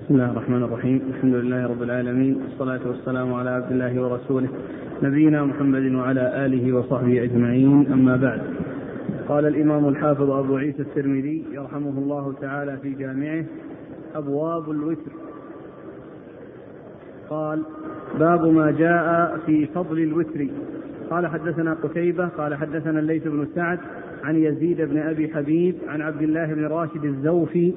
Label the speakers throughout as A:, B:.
A: بسم الله الرحمن الرحيم. الحمد لله رب العالمين، والصلاة والسلام على عبد الله ورسوله نبينا محمد وعلى آله وصحبه أجمعين، أما بعد. قال الإمام الحافظ أبو عيسى الترمذي يرحمه الله تعالى في جامعه: أبواب الوتر. قال: باب ما جاء في فضل الوتر. قال: حدثنا قتيبة قال: حدثنا الليث بن سعد عن يزيد بن أبي حبيب عن عبد الله بن راشد الزوفي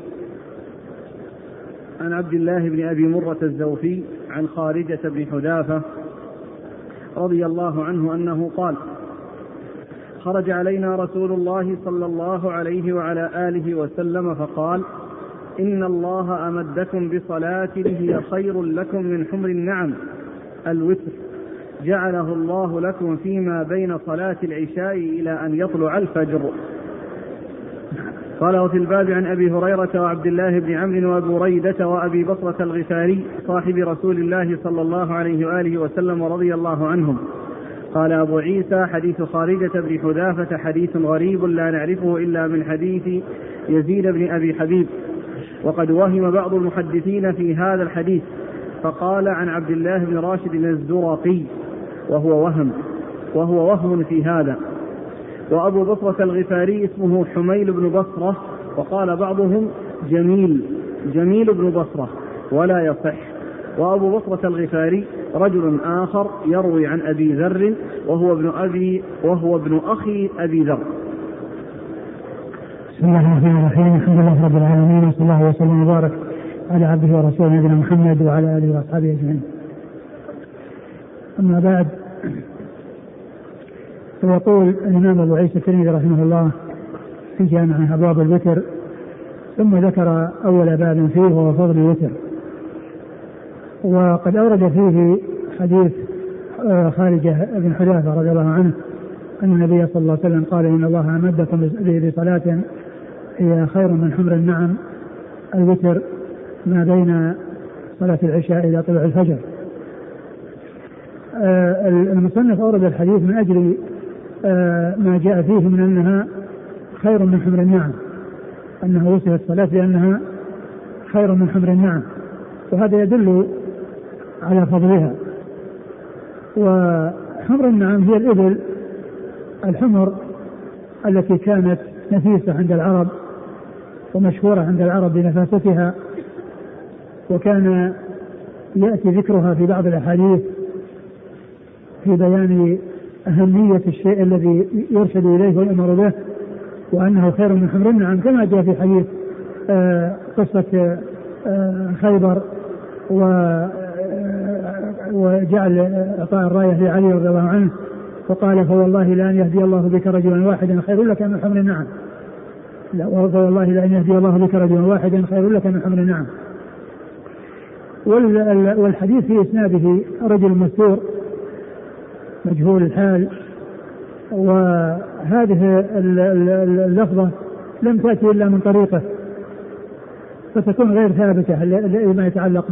A: عن عبد الله بن أبي مرة الزوفي عن خارجة بن حذافة رضي الله عنه أنه قال: خرج علينا رسول الله صلى الله عليه وعلى آله وسلم فقال: إن الله أمدكم بصلاة هي خير لكم من حمر النعم، الوتر، جعله الله لكم فيما بين صلاة العشاء إلى أن يطلع الفجر. قال: وفي الباب عن أبي هريرة وعبد الله بن عمرو وأبي بريدة وأبي بصرة الغفاري صاحب رسول الله صلى الله عليه وآله وسلم رضي الله عنهم. قال أبو عيسى: حديث خارجة بن حذافة حديث غريب لا نعرفه إلا من حديث يزيد بن أبي حبيب، وقد وهم بعض المحدثين في هذا الحديث فقال عن عبد الله بن راشد الزرقي وهو وهم في هذا. وأبو بصرة الغفاري اسمه حميل بن بصرة، وقال بعضهم جميل بن بصرة ولا يصح. وأبو بصرة الغفاري رجل آخر يروي عن أبي ذر وهو ابن أخي أبي ذر.
B: بسم الله الرحمن الرحيم. الحمد لله رب العالمين، وصلى الله وسلم وبارك على عبده ورسوله نبينا محمد وعلى آله وأصحابه أجمعين. أما بعد، فيقول الإمام أبو عيسى الترمذي رحمه الله في جامعه أبواب الوتر، ثم ذكر أول باب فيه وهو فضل الوتر. وقد أورد فيه حديث خارجة بن حذافة رضي الله عنه أن النبي صلى الله عليه وسلم قال: إن الله أمدكم بصلاة هي خير من حمر النعم، الوتر، ما بين صلاة العشاء إلى طلوع الفجر. المصنف أورد الحديث من أجل ما جاء فيه من أنها خير من حمر النعم، أنه وصفت الصلاة بأنها خير من حمر النعم، وهذا يدل على فضلها. وحمر النعم هي الإبل الحمر التي كانت نفيسة عند العرب ومشهورة عند العرب بنفاستها، وكان يأتي ذكرها في بعض الأحاديث في بيان أهمية الشيء الذي يرشد إليه ويؤمر به، وأنه خير من حمر النعم، كما جاء في حديث قصة خيبر وجعل إعطاء الراية لعلي رضي الله عنه، وقال: فوالله لأن يهدي الله بك رجلا واحدا خير لك من حمر النعم. فوالله لأن يهدي الله بك رجلا واحدا خير لك من حمر النعم. والحديث في إسناده رجل مستور مجهول الحال، وهذه اللفظة لم تأتي إلا من طريقه، فتكون غير ثابتة لما يتعلق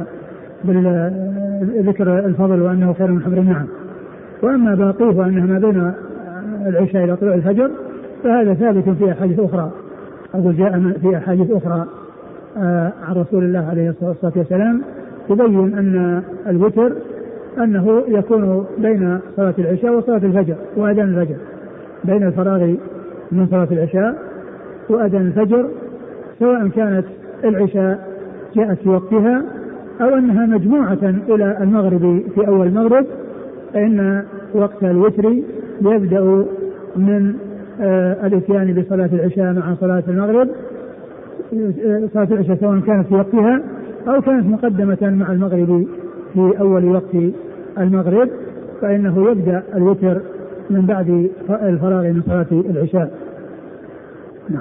B: بالذكر الفضل وأنه خير من حمر النعم. وأما باقيه وأنه ما بين العشاء إلى طلوع الفجر فهذا ثابت في أحاديث أخرى، أو جاء في أحاديث أخرى عن رسول الله عليه الصلاة والسلام تبين أن الوتر أنه يكون بين صلاة العشاء وصلاة الفجر وأذان الفجر، بين الفراغ من صلاة العشاء وأذان الفجر، سواء كانت العشاء جاءت في وقتها أو أنها مجموعة إلى المغرب في أول المغرب، فإن وقت الوتر يبدأ من الاتيان بصلاة العشاء مع صلاة المغرب، صلاة العشاء سواء كانت في وقتها أو كانت مقدمة مع المغرب في أول وقت المغرب، فإنه يبدأ الوتر من بعد الفراغ من صلاة العشاء. نعم.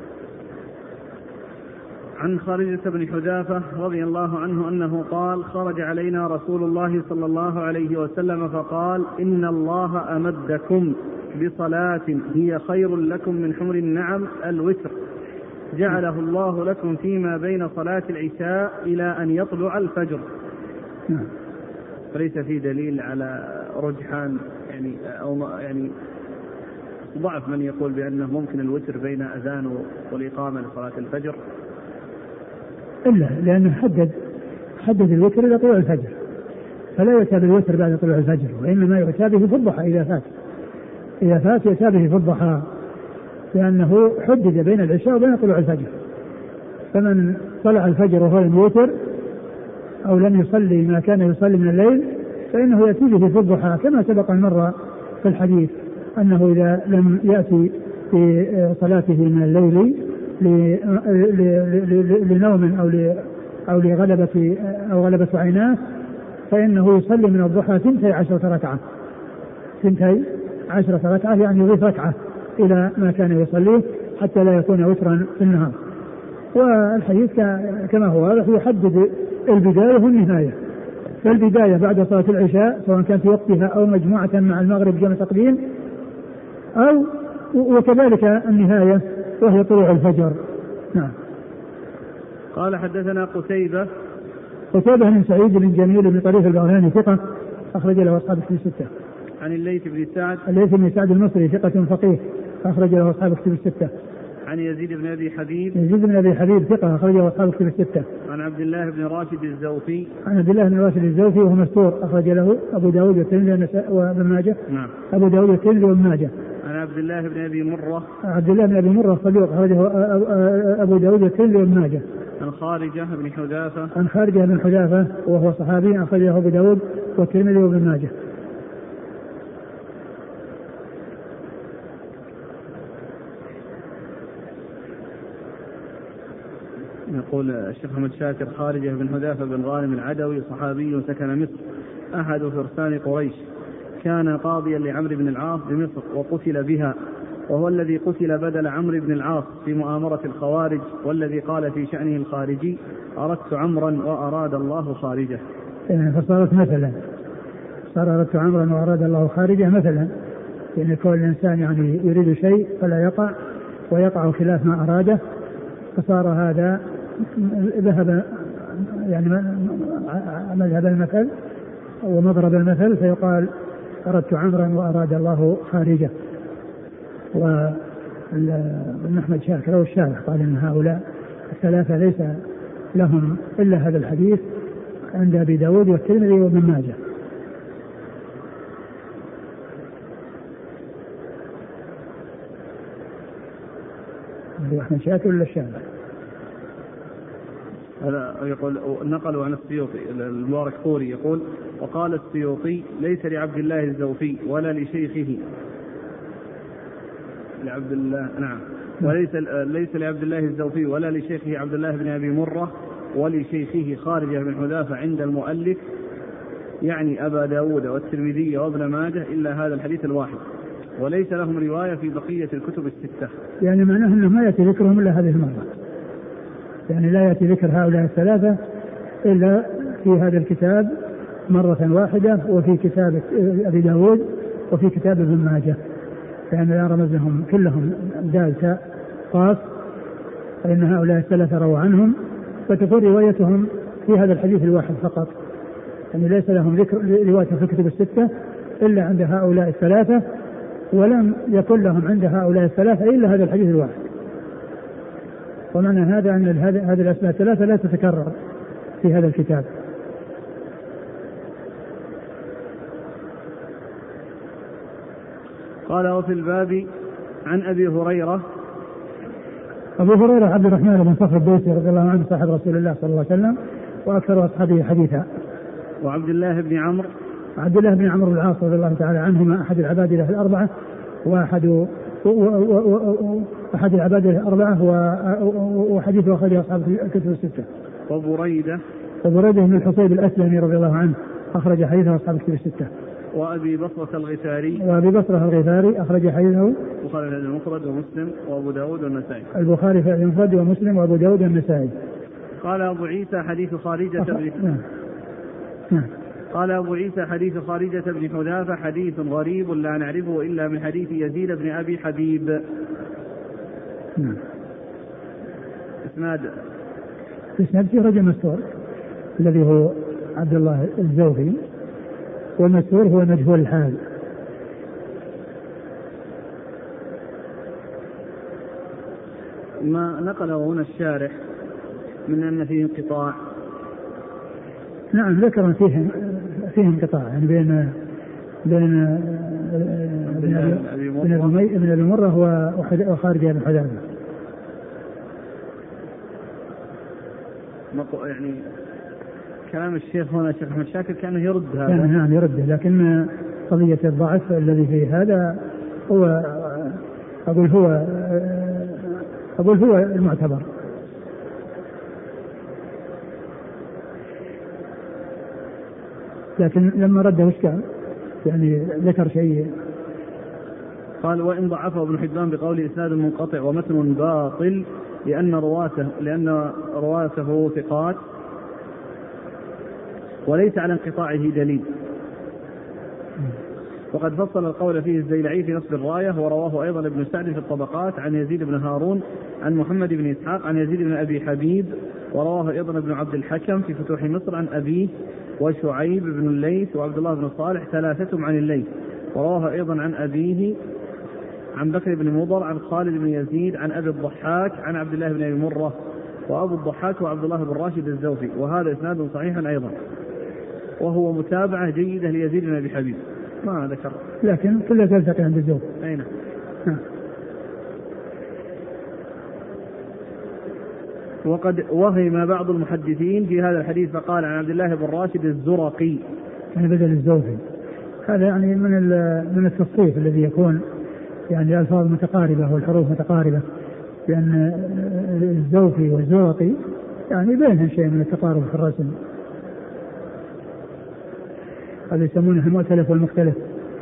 A: عن خارجة بن حذافة رضي الله عنه أنه قال: خرج علينا رسول الله صلى الله عليه وسلم فقال: إن الله أمدكم بصلاة هي خير لكم من حمر النعم، الوتر، جعله الله لكم فيما بين صلاة العشاء إلى أن يطلع الفجر. فليس في دليل على رجحان يعني ضعف من يقول بأنه ممكن الوتر بين أذان والإقامة لصلاة الفجر.
B: إلا لأنه حدد الوتر إلى طلوع الفجر، فلا يؤتى بالوتر بعد طلوع الفجر، وإنما يؤتى به في الضحى إذا فات يؤتى به في الضحى، لأنه حدد بين العشاء وبين طلوع الفجر. فمن طلع الفجر وهو لم يوتر أو لم يصلي ما كان يصلي من الليل فإنه يأتي به في الضحى، كما سبق مرة في الحديث أنه إذا لم يأتي في صلاته من الليل لنوم أو غلبة عيناه فإنه يصلي من الضحى 12 ركعة، يعني يضيف ركعة إلى ما كان يصليه حتى لا يكون وترا في النهار. والحديث كما هو واضح يحدد البداية والنهاية، فالبداية بعد صلاة العشاء سواء كان في وقتها أو مجموعة مع المغرب جمع تقديم، أو وكذلك النهاية وهي طلوع الفجر. نعم.
A: قال حدثنا قتيبة
B: بن سعيد بن جميل بن طريف البغلاني ثقة أخرج له أصحاب الكتب الستة.
A: عن الليث بن
B: سعد المصري ثقة فقيه أخرج له أصحاب الكتب الستة.
A: عن يزيد بن أبي حبيب
B: ثقة أخرج له أصحاب الكتب الستة.
A: عن عبد الله بن راشد الزوفي وهو مستور أخرج له أبو داود والترمذي وابن ماجه. نعم.
B: أبو داود والترمذي وابن ماجه.
A: عن عبد الله بن أبي مرة
B: صدوق أخرجه أبو داود والترمذي وابن ماجه.
A: عن خارجة بن
B: حذافة وهو صحابي أخرجه أبو داود والترمذي وابن ماجه.
A: يقول الشيخ محمد شاكر: خارجة بن حذافة بن غانم العدوي صحابي سكن مصر أحد فرسان قريش، كان قاضيا لعمرو بن العاص بمصر وقتل بها، وهو الذي قتل بدل عمرو بن العاص في مؤامرة الخوارج، والذي قال في شأنه الخارجي: أردت عمرا وأراد الله خارجه.
B: فصارت مثلا أردت عمرا وأراد الله خارجه مثلا، يعني كل الإنسان يعني يريد شيء فلا يقع ويقع خلاف ما أراده، فصار هذا ذهب يعني مذهب المثل ومضرب المثل، فيقال أردت عمرا وأراد الله خارجه. وابن أحمد شاكر والشارح قال إن هؤلاء الثلاثة ليس لهم إلا هذا الحديث عند أبي داود والترمذي وابن ماجه. أحمد شاكر ولا الشارح؟
A: هذا يقول نقلوا عن السيوطي المبارك فوري يقول: وقال السيوطي: ليس لعبد الله الزوفي ولا لشيخه لعبد الله نعم ليس لعبد الله الزوفي ولا لشيخه عبد الله بن أبي مرة ولشيخه خارجة بن حذافة عند المؤلف يعني أبا داود والترمذي وابن ماجه إلا هذا الحديث الواحد، وليس لهم رواية في بقية الكتب الستة.
B: يعني معناه أنه ما يأتي ذكرهم إلا هذه المرة، يعني لا يأتي ذكر هؤلاء الثلاثة إلا في هذا الكتاب مرة واحدة، وفي كتاب أبي داود وفي كتاب ابن ماجه، لأن لا رمزهم كلهم دال تاء قاف، فإن هؤلاء الثلاثة رووا عنهم، فتكون روايتهم في هذا الحديث الواحد فقط، يعني ليس لهم ذكر رواية في الكتب الستة إلا عند هؤلاء الثلاثة، ولم يكن لهم عند هؤلاء الثلاثة إلا هذا الحديث الواحد. ومعنى هذا أن هذه الأسماء الثلاثة لا تتكرر في هذا الكتاب.
A: قال: وفي الباب عن أبي هريرة
B: عبد الرحمن بن صخر الدوسي رضي الله عنه صاحب رسول الله صلى الله عليه وسلم وأكثر أصحابه حديثا.
A: وعبد الله بن عمرو
B: بن العاص رضي الله تعالى عنهما أحد العبادلة الأربعة وأحد العبادلة الأربعة وحديثه أخرجه أصحاب الكتب الستة.
A: وبريدة
B: بن الحصيب الأسلمي رضي الله عنه أخرج حديثه أصحاب الكتب الستة.
A: وأبي بصرة الغفاري
B: أخرج حديثه
A: البخاري في المفرد ومسلم وأبو داود والنسائي.
B: البخاري في المفرد ومسلم وأبو داود والنسائي.
A: قال أبو عيسى: حديث خارجة بن حذافة حديث غريب لا نعرفه إلا من حديث يزيد بن أبي حبيب. إسناد
B: في رجل مستور الذي هو عبد الله الزوفي، والمستور هو مجهول الحال.
A: ما نقله هنا الشارح من أن فيه انقطاع؟
B: نعم ذكر فيه انقطاع يعني بين ابن أبي مرة وخارجة بن حذافة.
A: يعني كلام الشيخ هنا الشيخ أحمد شاكر كأنه يرد هذا.
B: كان نعم يرده، لكن قضية الضعف الذي في هذا هو أقول هو المعتبر. لكن لما رده وش كان يعني ذكر شيء
A: قال وإن ضعفه ابن حبان بقول إسناد منقطع ومتن باطل لأن رواته ثقات وليس على انقطاعه دليل. وقد فصل القول فيه الزيلعي في نصب الراية، ورواه أيضا ابن سعد في الطبقات عن يزيد بن هارون عن محمد بن إسحاق عن يزيد بن أبي حبيب، ورواه أيضا ابن عبد الحكم في فتوح مصر عن أبيه وشعيب بن الليث وعبد الله بن صالح ثلاثتهم عن الليث، ورواه أيضا عن أبيه عن بكر بن مضر عن خالد بن يزيد عن أبي الضحاك عن عبد الله بن أبي مرة، وأبو الضحاك وعبد الله بن راشد الزوفي، وهذا إسناد صحيح أيضا، وهو متابعة جيدة ليزيد بن أبي حبيب ما ذكر،
B: لكن كلها تلتقي عند الزوفي.
A: أين؟ وقد وهم بعض المحدثين في هذا الحديث فقال عن عبد الله بن راشد الزرقي
B: يعني بدل الزوفي. هذا يعني من التصريف الذي يكون يعني الألفاظ متقاربة والحروف متقاربة، لأن الزوفي والزرقي يعني بينهم شيء من التقارب في الرسم، هذا يسمونه المؤتلف والمختلف.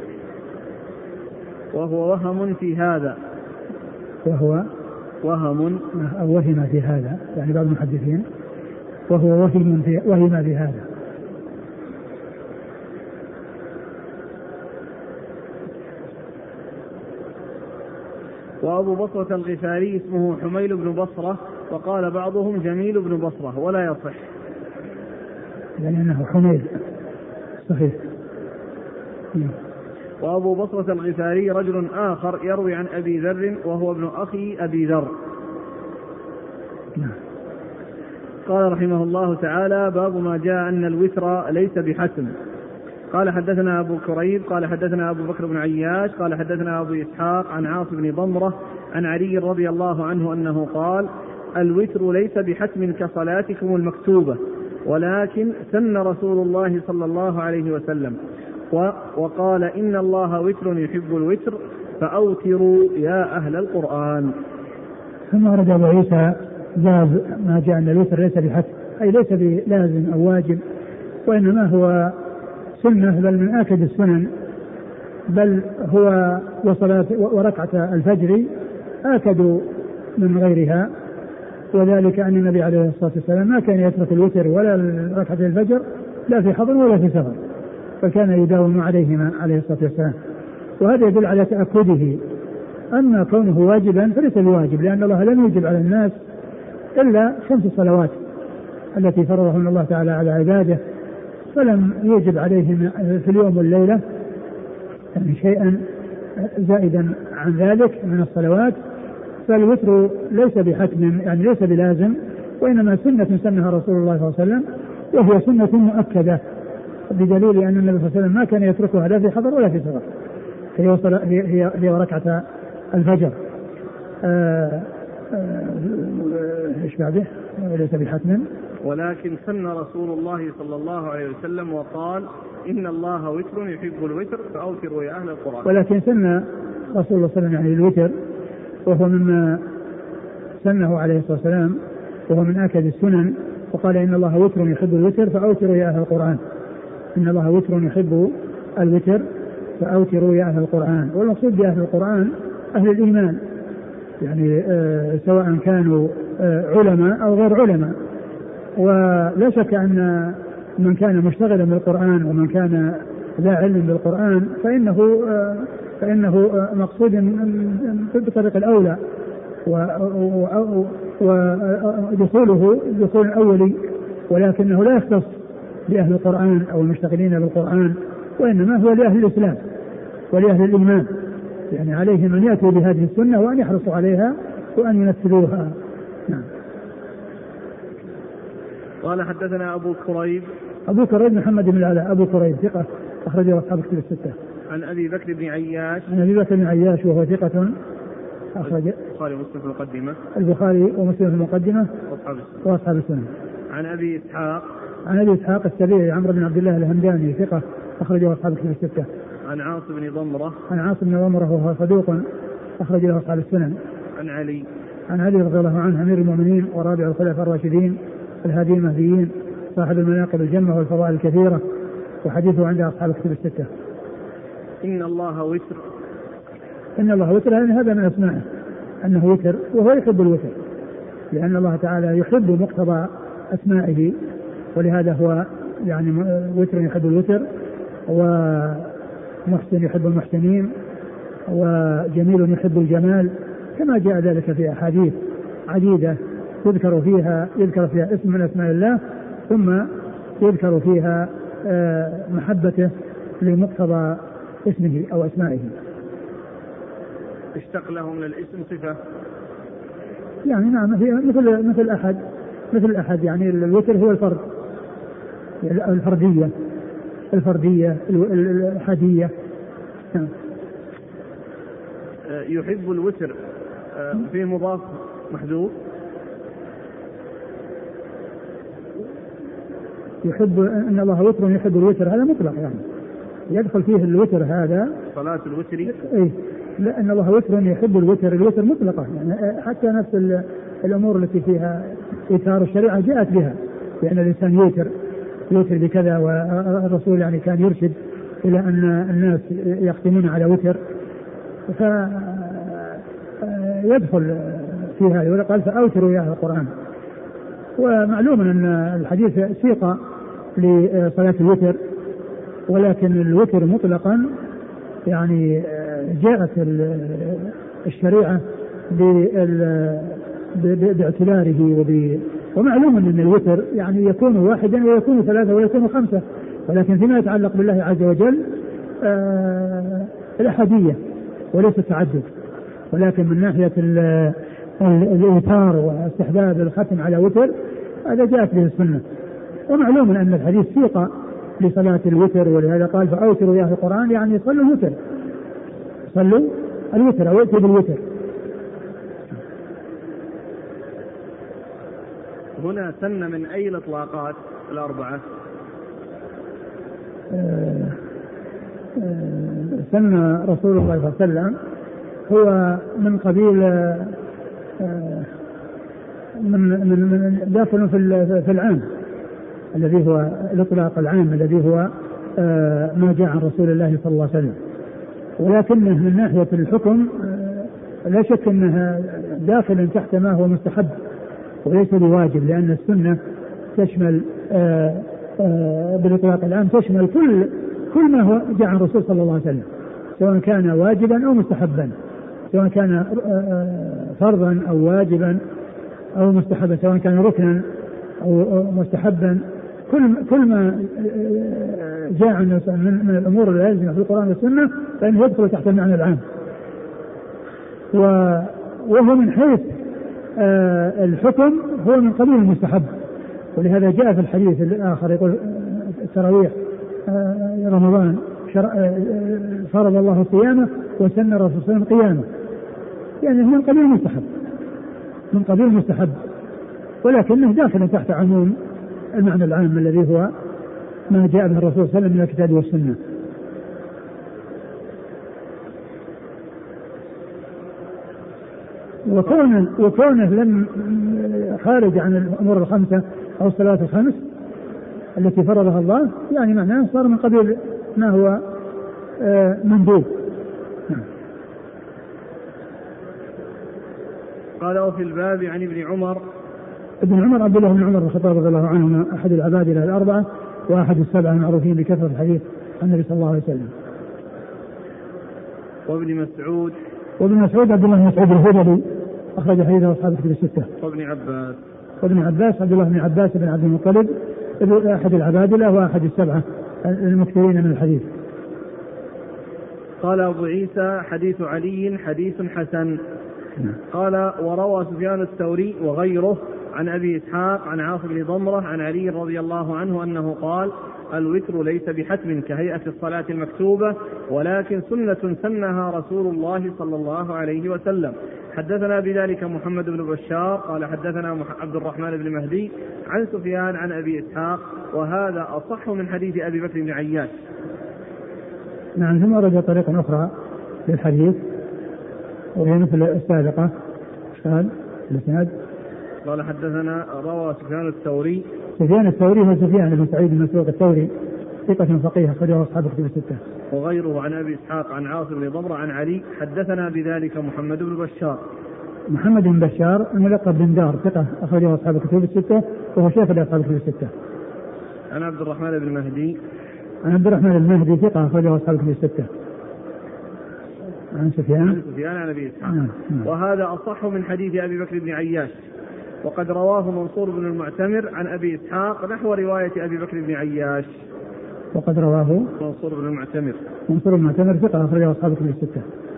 A: وهو وهم في هذا،
B: وهو
A: وهم
B: أو وهم في هذا يعني بعض المحدثين وهو وهم في هذا.
A: وأبو بصرة الغفاري اسمه حميل بن بصرة، وقال بعضهم جميل بن بصرة ولا يصح
B: يعني أنه حميل صحيح.
A: وأبو بصرة الغفاري رجل آخر يروي عن أبي ذر وهو ابن أخي أبي ذر. قال رحمه الله تعالى باب ما جاء أن الوتر ليس بحتم. قال حدثنا أبو كريب قال حدثنا أبو بكر بن عياش قال حدثنا أبو إسحاق عن عاصم بن ضمرة عن علي رضي الله عنه أنه قال الوتر ليس بحتم كصلاتكم المكتوبة، ولكن سن رسول الله صلى الله عليه وسلم وقال إن الله وتر يحب الوتر فأوتروا يا أهل القرآن.
B: ثم ورد أبو عيسى باب ما جاء أن الوتر ليس بحتم، أي ليس بلازم أو واجب، وإنما هو سنة بل من آكد السنن، بل هو وصلاة وركعة الفجر آكد من غيرها، وذلك أن النبي عليه الصلاة والسلام ما كان يترك الوتر ولا ركعة الفجر لا في حضر ولا في سفر، فكان يداوم عليهما عليه الصلاة والسلام، وهذا يدل على تأكده. أما كونه واجبا فليس بواجب، لأن الله لم يوجب على الناس إلا 5 صلوات التي فرضهن الله تعالى على عباده، فلم يوجب عليهم في اليوم والليلة يعني شيئا زائدا عن ذلك من الصلوات، فالوتر ليس بحتم يعني ليس بلازم، وإنما سنة سنها رسول الله صلى الله عليه وسلم، وهي سنة مؤكدة بدليل أن النبي صلى الله عليه وسلم ما كان يتركها لا في حضر ولا في سفر، هي ركعة الفجر. ايش بعده؟ ليس بحتم
A: ولكن سن رسول الله صلى الله عليه وسلم وقال إن الله وتر يحب الوتر فأوتروا يا أهل القرآن.
B: ولكن سن رسول الله صلى الله عليه وسلم يعني الوتر، وهو مما سنه عليه الصلاة والسلام، وهو من آكد السنن، وقال إن الله وتر يحب الوتر فأوتروا يا أهل القرآن. إن الله وتر يحب الوتر فأوتروا يا أهل القرآن. والمقصود بأهل القرآن أهل الإيمان، يعني سواء كانوا علماء أو غير علماء. ولا شك أن من كان مشتغلا بالقرآن ومن كان لا علم بالقرآن فإنه مقصود بطريق الأولى، ودخوله دخول أولي، ولكنه لا يختص بأهل القرآن أو المشتغلين بالقرآن، وإنما هو لأهل الإسلام ولأهل الإيمان، يعني عليهم أن يأتوا بهذه السنة وأن يحرصوا عليها وأن ينفذوها. نعم.
A: قال حدثنا أبو كريب.
B: أبو كريب محمد بن العلاء أبو كريب ثقة أخرجه أصحاب الكتب الستة.
A: عن أبي بكر بن عياش.
B: عن أبي بكر بن عياش وهو ثقة أخرج
A: البخاري ومسلم في المقدمة.
B: البخاري ومسلم في المقدمة وأصحاب السنن.
A: عن أبي إسحاق.
B: عن أبي إسحاق السبيعي عمرو بن عبد الله الهمداني ثقة أخرجه أصحاب الكتب الستة.
A: عن عاصم بن ضمرة.
B: عن عاصم بن ضمرة وهو صدوق أخرج له أصحاب السنن.
A: عن علي.
B: عن علي رضي الله عنه أمير المؤمنين ورابع الخلفاء الراشدين الهادي المهديين صاحب المناقب الجمة والفضائل الكثيرة وحديثه عند أصحاب الكتب الستة.
A: إن الله وتر.
B: إن الله وتر يعني هذا من أسمائه أنه وتر وهو يحب الوتر لأن الله تعالى يحب مقتضى أسمائه ولهذا هو يعني وتر يحب الوتر ومحسن يحب المحسنين وجميل يحب الجمال كما جاء ذلك في أحاديث عديدة يذكر فيها اسم من أسماء الله ثم يذكر فيها محبته لمقتضى اسمه أو أسمائه.
A: اشتق له من الاسم صفة
B: يعني نعم مثل أحد يعني الوتر هو الفرد الفردية الأحادية.
A: يحب الوتر في مضاف محذوف.
B: يحب أن الله وتر يحب الوتر هذا مطلق يعني يدخل فيه الوتر هذا
A: صلاة الوتر.
B: إيه لا أن الله وتر يحب الوتر مطلقة يعني حتى نفس الأمور التي فيها إثار الشريعة جاءت بها لأن الإنسان يوتر بكذا والرسول يعني كان يرشد إلى أن الناس يختمون على وتر فيدخل فيها وقال فأوتروا يا أهل القرآن. ومعلوم أن الحديث سيق لصلاة الوتر ولكن الوتر مطلقا يعني جاءت الشريعة باعتباره ومعلوم أن الوتر يعني يكون واحدا ويكون ثلاثة ويكون خمسة ولكن فيما يتعلق بالله عز وجل الأحادية وليس التعدد ولكن من ناحية الإيثار واستحباب الختم على وتر هذا جاءت به السنة. ومعلوم أن الحديث سيق لصلاة الوتر ولهذا قال فأوتروا يا أهل القرآن يعني صلوا الوتر أو ائتوا بالوتر.
A: هنا سن من أي الإطلاقات الأربعة؟
B: سن رسول الله صلى الله عليه وسلم هو من قبيل من داخل في العام الذي هو الإطلاق العام الذي هو ما جاء عن رسول الله صلى الله عليه وسلم ولكنه من ناحية الحكم لا شك أنها داخل تحت ما هو مستحب وليس بواجب لأن السنة تشمل بالإطلاق العام تشمل كل ما هو جاء عن الرسول صلى الله عليه وسلم سواء كان واجبا أو مستحبا سواء كان فرضا أو واجبا أو مستحبا سواء كان ركنا أو مستحبا كل ما جاء عن من الأمور اللازمة في القرآن والسنة فإنه يدخل تحت المعنى العام وهو من حيث الحكم هو من قبيل المستحب ولهذا جاء في الحديث الآخر يقول التراويح رمضان فرض الله صيامه وسن الرسول صلى الله عليه وسلم قيامه يعني هو من قبيل المستحب ولكنه داخل تحت عموم المعنى العام الذي هو ما جاء به الرسول صلى الله عليه وسلم من الكتاب والسنة. وكونه لم خارج عن الأمور الخمسة أو الصلاة الخمس التي فرضها الله يعني معناه صار من قبيل ما هو مندوب.
A: قال وفي الباب عن ابن عمر
B: عبد الله بن عمر بن الخطاب رضي الله عنه أحد العبادلة الأربعة وأحد السبعة المعروفين بكثرة الحديث عن النبي صلى الله عليه وسلم.
A: وابن مسعود
B: عبد الله بن مسعود الهذلي أخرج حديثه أصحاب الكتب الستة. وابن عباس عبد الله بن عباس بن عبد المطلب أحد العبادلة وأحد السبعة المكثرين من الحديث.
A: قال أبو عيسى حديث علي حديث حسن. قال وروى سفيان الثوري وغيره عن أبي إسحاق عن عاصم بن ضمرة عن علي رضي الله عنه أنه قال: الوتر ليس بحتم كهيئة الصلاة المكتوبة، ولكن سنة سنها رسول الله صلى الله عليه وسلم. حدثنا بذلك محمد بن بشار قال حدثنا عبد الرحمن بن مهدي عن سفيان عن أبي إسحاق، وهذا أصح من حديث أبي بكر بن عياش.
B: نعم. ثم ورد طريقة أخرى للحديث وهي مثل السابقة. قال الإسناد
A: قال حدثنا روى سفيان الثوري
B: هو سفيان بن سعيد بن مسروق الثوري ثقة فقيه أخرجه أصحاب الكتب الستة.
A: وغيره عن أبي إسحاق عن عاصم بن ضمرة عن علي. حدثنا بذلك محمد بن بشار الملقب بن دار ثقة أخرجه أصحاب الكتب الستة وهو شيخ أصحاب الكتب الستة. عن عبد الرحمن بن مهدي
B: ثقة أخرجه أصحاب الكتب الستة. عن سفيان
A: عن أبي إسحاق. وهذا أصح من حديث أبي بكر بن عياش. وقد رواه منصور بن المعتمر عن أبي إسحاق نحو رواية أبي بكر بن عياش.
B: وقد رواه
A: منصور بن
B: المعتمر ثقة أخرجه أصحاب الكتب الستة.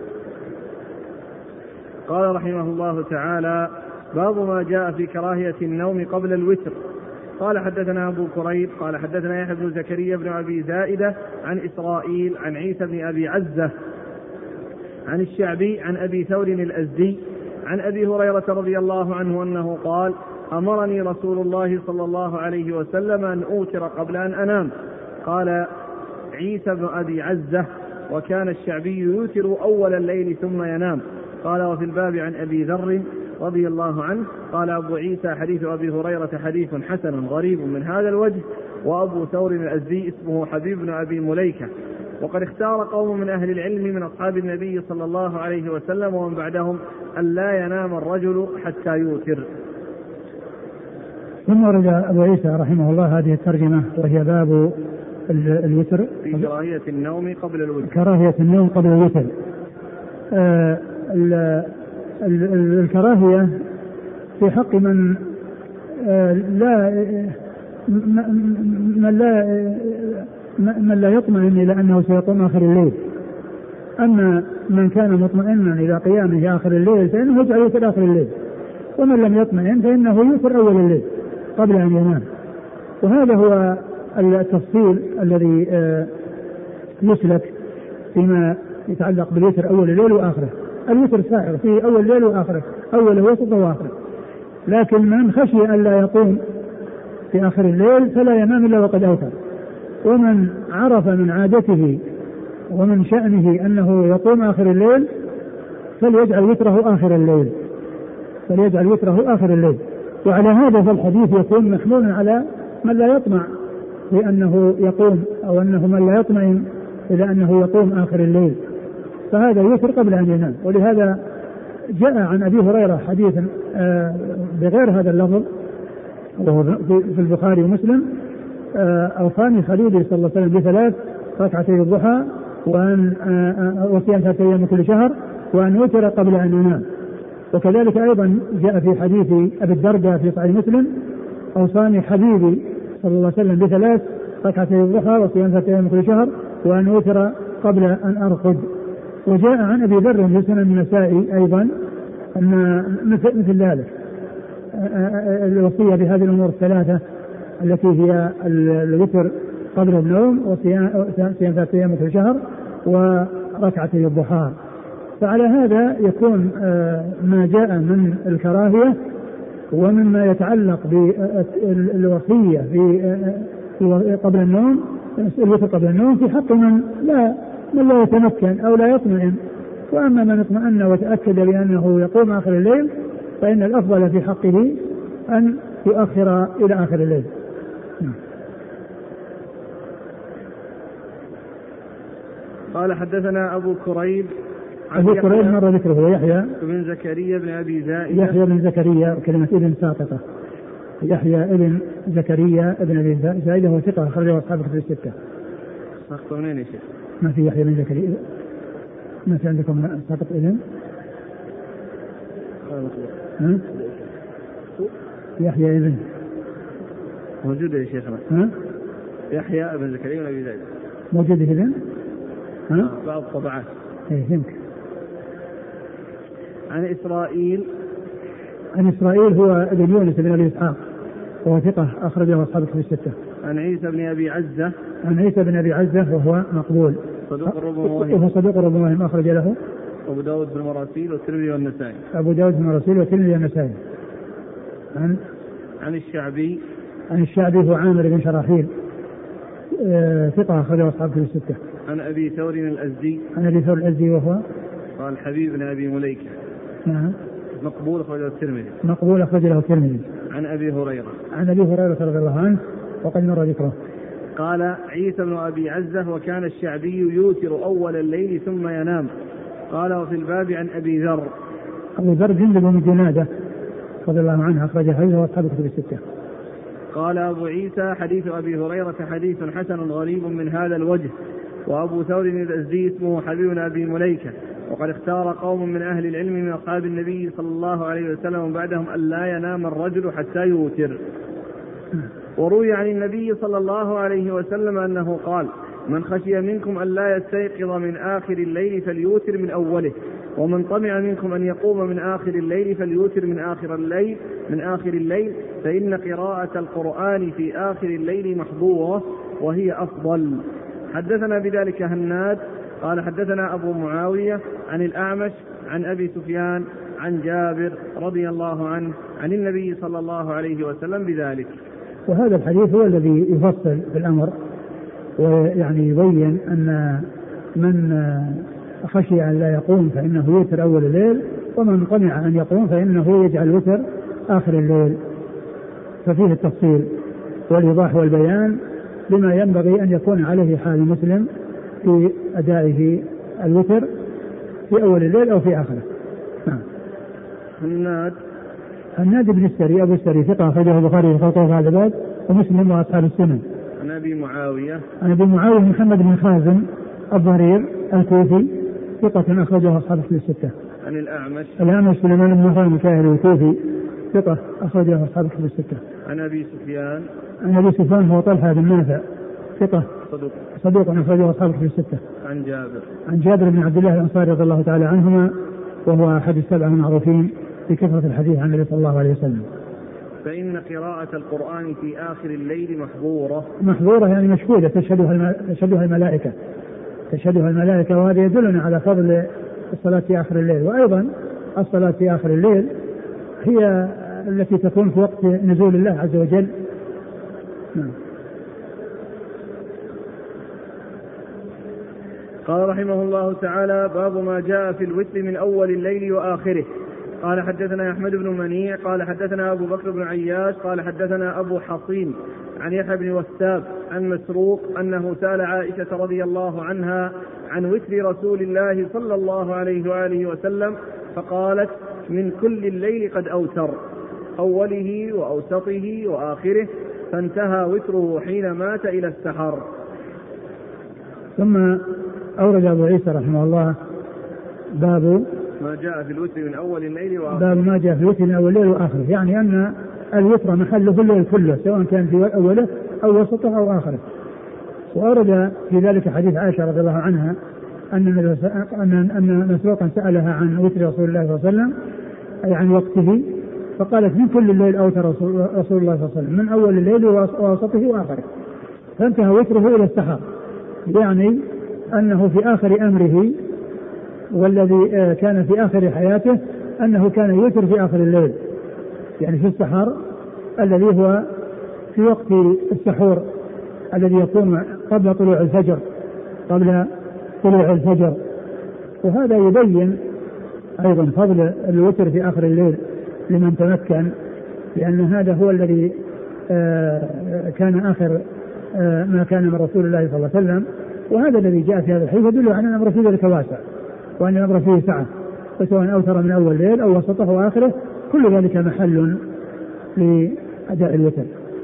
A: قال رحمه الله تعالى: باب ما جاء في كراهية النوم قبل الوتر. قال حدثنا أبو كريب قال حدثنا يحيى بن زكريا بن أبي زائدة عن إسرائيل عن عيسى بن أبي عزة عن الشعبي عن أبي ثور الأزدي عن أبي هريرة رضي الله عنه أنه قال: أمرني رسول الله صلى الله عليه وسلم أن أوتر قبل أن أنام. قال عيسى بن أبي عزة: وكان الشعبي يوتر أول الليل ثم ينام. قال: وفي الباب عن أبي ذر رضي الله عنه. قال أبو عيسى: حديث أبي هريرة حديث حسن غريب من هذا الوجه. وأبو ثور الأزدي اسمه حبيب بن أبي مليكة. وقد اختار قوم من أهل العلم من أصحاب النبي صلى الله عليه وسلم ومن بعدهم أن لا ينام الرجل حتى يوتر.
B: ثم ورد أبو عيسى رحمه الله هذه الترجمة وهي باب الوتر
A: في كراهية النوم قبل الوتر.
B: الكراهية في حق من لا يطمئن إلى أنه سيقوم آخر الليل. أما من كان مطمئنا إلى قيامه آخر الليل فإنه يجعل يوتر آخر الليل، ومن لم يطمئن فإنه يوتر أول الليل قبل أن ينام. وهذا هو التفصيل الذي يسلك فيما يتعلق بالوتر أول الليل وآخره. الوتر سائر في أول الليل وآخره، أول وسطه وآخره. لكن من خشي أن لا يقوم في آخر الليل فلا ينام إلا وقد أوتر. ومن عرف من عادته ومن شأنه أنه يقوم آخر الليل فليجعل وتره آخر الليل. وعلى هذا فالحديث يكون محمول على من لا يطمع في أنه يقوم، أو أنه من لا يطمئن إلى أنه يقوم آخر الليل، فهذا يوتر قبل أن ينام. ولهذا جاء عن أبي هريرة حديث بغير هذا اللفظ وهو في البخاري ومسلم: أوصاني خليلي صلى الله عليه وسلم ب3 ركعتي الضحى وصيام 3 أيام من كل شهر وأن أوتر قبل أن أنام. وكذلك أيضا جاء في حديث أبي الدرداء في صحيح مسلم: أوصاني حبيبي صلى الله عليه وسلم ب3 ركعتي الضحى وصيام 3 أيام من كل شهر وأن أوتر قبل أن أرقد. وجاء عن أبي ذر في سنن النسائي أيضا أن مثل ذلك الوصية بهذه الأمور الثلاثة التي هي الوتر قبل النوم وصيام 3 أيام من كل شهر وركعتي الضحى. فعلى هذا يكون ما جاء من الكراهية ومما يتعلق بالوصية قبل النوم، الوتر قبل النوم في حق من لا يتمكن أو لا يطمئن. وأما من اطمئن وتأكد بأنه يقوم آخر الليل فإن الأفضل في حقه أن يؤخر إلى آخر الليل.
A: قال حدثنا أبو كريب
B: مر ذكره يحيى
A: بن زكريا بن أبي زائدة.
B: يحيى بن زكريا كلمة ابن ساقطة. يحيى ابن زكريا ابن أبي زائدة هو ثقة أخرجه أصحاب الكتب الستة.
A: ساقط منين يا شيخ؟
B: ما في يحيى بن زكريا، ما في عندكم ساقط ابن؟ يحيى ابن
A: موجود يا شيخنا. يحيى ابن زكريا بن أبي زائدة
B: موجود ابن
A: بعض الطبعات.
B: يمكن.
A: عن إسرائيل
B: عن إسرائيل هو ابن يونس بن أبي إسحاق وهو ثقة أخرجه أصحاب الكتب الستة.
A: عن عيسى بن أبي عزة.
B: عن عيسى بن أبي عزة وهو مقبول
A: صدوق ربما
B: وهو صدوق ربما أخرج له
A: أبو داود بن مراسيل والترمذي والنسائي.
B: أبو داود بن مراسيل والترمذي والنسائي.
A: عن الشعبي.
B: عن الشعبي هو عامر بن شراحيل ثقة أخرجه أصحاب الكتب الستة.
A: عن أبي ثور الأزدي.
B: عن أبي ثور الأزدي وهو
A: قال حبيب بن أبي مليكة.
B: نعم.
A: مقبول أخرجه الترمذي.
B: مقبول أخرجه الترمذي.
A: عن أبي هريرة.
B: عن أبي هريرة رضي الله عنه وقد مر ذكره.
A: قال عيسى بن أبي عزة وكان الشعبي يوتر أول الليل ثم ينام. قال وفي الباب عن أبي ذر.
B: أبو ذر جندب بن جنادة رضي الله عنه أخرج حديثه وأصحاب الكتب الستة.
A: قال أبو عيسى حديث أبي هريرة حديث حسن غريب من هذا الوجه. وأبو ثور الأزدي اسمه حبيب بن أبي مليكة. وقد اختار قوم من أهل العلم من أصحاب النبي صلى الله عليه وسلم بعدهم أن لا ينام الرجل حتى يوتر. وروي عن النبي صلى الله عليه وسلم أنه قال من خشي منكم أن لا يستيقظ من آخر الليل فليوتر من أوله ومن طمع منكم أن يقوم من آخر الليل فليوتر من آخر الليل فإن قراءة القرآن في آخر الليل محظورة وهي أفضل. حدثنا بذلك هناد قال حدثنا أبو معاوية عن الأعمش عن أبي سفيان عن جابر رضي الله عنه عن النبي صلى الله عليه وسلم بذلك.
B: وهذا الحديث هو الذي يفصل في الأمر ويعني يبين أن من خشي أن لا يقوم فإنه يوتر أول الليل ومن قنع أن يقوم فإنه يجعل وتر آخر الليل. ففيه التفصيل والإيضاح والبيان لما ينبغي أن يكون عليه حال المسلم في أدائه الوتر في أول الليل أو في آخره. هناد بن السري أبو السري ثقة أخرجه البخاري في خلق أفعال العباد ومسلم وأصحاب السنن.
A: عن أبي معاوية.
B: عن أبي معاوية محمد بن خازم الضرير الكوفي ثقة أخرجه أصحاب الكتب الستة.
A: عن
B: الأعمش سليمان بن مهران الكاهلي الكوفي ثقة أخرجه أصحاب الكتب الستة.
A: عن أبي سفيان.
B: عن أبي سفيان هو طلحة بن نافع ثقة صدوق أخرجه أصحاب الكتب الستة. عن جابر بن عبد الله الأنصاري رضي الله تعالى عنهما وهو أحد السبعة المعروفين بكثرة الحديث عن النبي صلى الله عليه وسلم.
A: فإن قراءة القرآن في آخر الليل
B: محظورة يعني مشهودة تشهدها الملائكة وهذا يدلنا على فضل الصلاة في آخر الليل. وأيضا الصلاة في آخر الليل هي التي تكون في وقت نزول الله عز وجل.
A: قال رحمه الله تعالى باب ما جاء في الوتر من أول الليل وآخره. قال حدثنا أحمد بن منيع قال حدثنا أبو بكر بن عياش قال حدثنا أبو حصين عن يحيى بن وثاب عن مسروق أنه سأل عائشة رضي الله عنها عن وتر رسول الله صلى الله عليه وآله وسلم فقالت من كل الليل قد أوتر أوله وأوسطه وآخره فانتهى وتره حين مات إلى السحر.
B: ثم أورد أبو عيسى رحمه الله باب
A: ما جاء في الوتر من أول الليل وآخره.
B: باب ما جاء في الوتر من أول الليل وآخره يعني أن الوتر محله في الليل كله سواء كان في أوله أو وسطه أو آخره. وأورد في ذلك حديث عائشة رضي الله عنها أن مسروقا سألها عن وتر رسول الله صلى الله عليه وسلم أي عن وقته فقالت من كل الليل أوتر رسول الله صلى الله عليه وسلم من أول الليل ووسطه وآخره فانتهى وتره إلى السحر يعني أنه في آخر أمره والذي كان في آخر حياته أنه كان يوتر في آخر الليل يعني في السحر الذي هو في وقت السحور الذي يكون قبل طلوع الفجر وهذا يبين أيضا فضل الوتر في آخر الليل لمن تمكن لأن هذا هو الذي كان آخر ما كان من رسول الله صلى الله عليه وسلم وهذا الذي جاء في هذا الحديث يدل على أن الأمر في ذلك واسع وأن الأمر فيه سعة فسواء أوتر من أول ليل أو وسطه وآخره كل ذلك محل لأداء الوتر.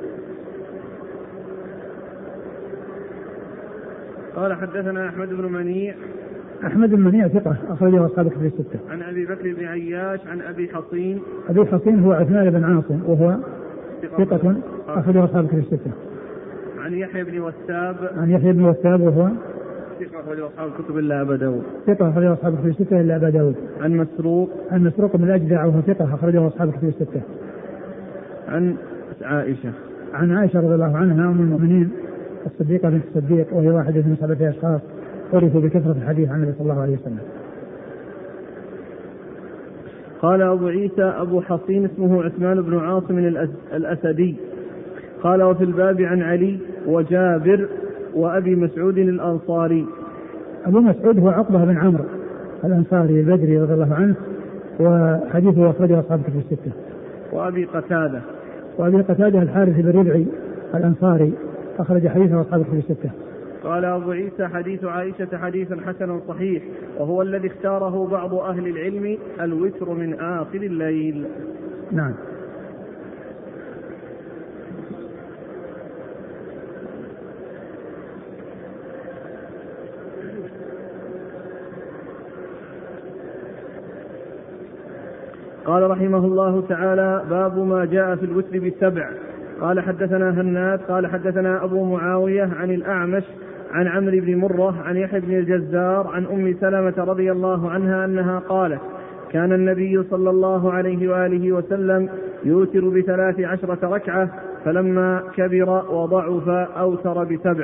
A: قال حدثنا أحمد بن
B: منيع ثقة أخرجه أصحاب الكتب الستة.
A: عن أبي بكر بن عياش عن أبي
B: حصين هو عثمان بن عاصم وهو ثقة أخرجه أصحاب الكتب الستة.
A: عن يحيى بن وثاب
B: وهو
A: ثقة أخرجه أصحاب الكتب إلا أبا داود.
B: ثقة أخرجه أصحاب الكتب الستة إلا أبا داود.
A: عن مسروق.
B: عن مسروق بن الأجدع وهو ثقة أخرجه أصحاب الكتب الستة.
A: عن عائشة.
B: عن عائشة رضي الله عنها أم المؤمنين الصديقة بنت الصديق وهي واحدة من 7 أشخاص عرفوا بكثرة الحديث عن النبي صلى الله عليه وسلم.
A: قال أبو عيسى أبو حصين اسمه عثمان بن عاصم الأسدي. قال وفي الباب عن علي وجابر وأبي مسعود الأنصاري.
B: أبو مسعود هو عقبة بن عمرو الأنصاري البدري رضي الله عنه وحديثه أخرجه أصحاب الكتب الستة.
A: وأبي قتادة.
B: وأبي قتادة الحارث بن ربعي الأنصاري أخرج حديثه أصحاب الكتب الستة.
A: قال أبو عيسى حديث عائشة حديث حسن صحيح وهو الذي اختاره بعض أهل العلم الوتر من آخر الليل.
B: نعم.
A: قال رحمه الله تعالى باب ما جاء في الوتر بالسبع. قال حدثنا هناد قال حدثنا أبو معاوية عن الأعمش عن عمرو بن مرة عن يحيى بن الجزار عن أم سلمة رضي الله عنها أنها قالت كان النبي صلى الله عليه وآله وسلم يوتر ب13 ركعة فلما كبر وضعف أوتر ب7.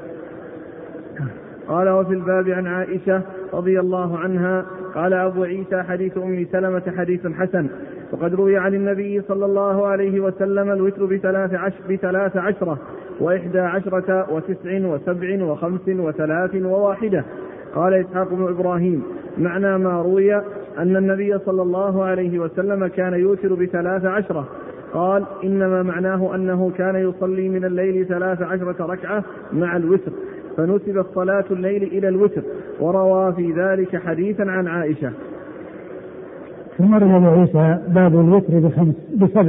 A: قال وفي الباب عن عائشة رضي الله عنها قال أبو عيسى حديث أم سلمة حديث حسن وقد روي عن النبي صلى الله عليه وسلم الوتر ب13 و11 و9 و7 و5 و3 و1. قال إسحاق بن إبراهيم معنى ما روي أن النبي صلى الله عليه وسلم كان يوتر ب13. قال إنما معناه أنه كان يصلي من الليل 13 ركعة مع الوتر فنسب صلاة الليل إلى الوتر وروى في ذلك حديثا عن عائشة.
B: ثم روى أبو عيسى باب الوتر ب7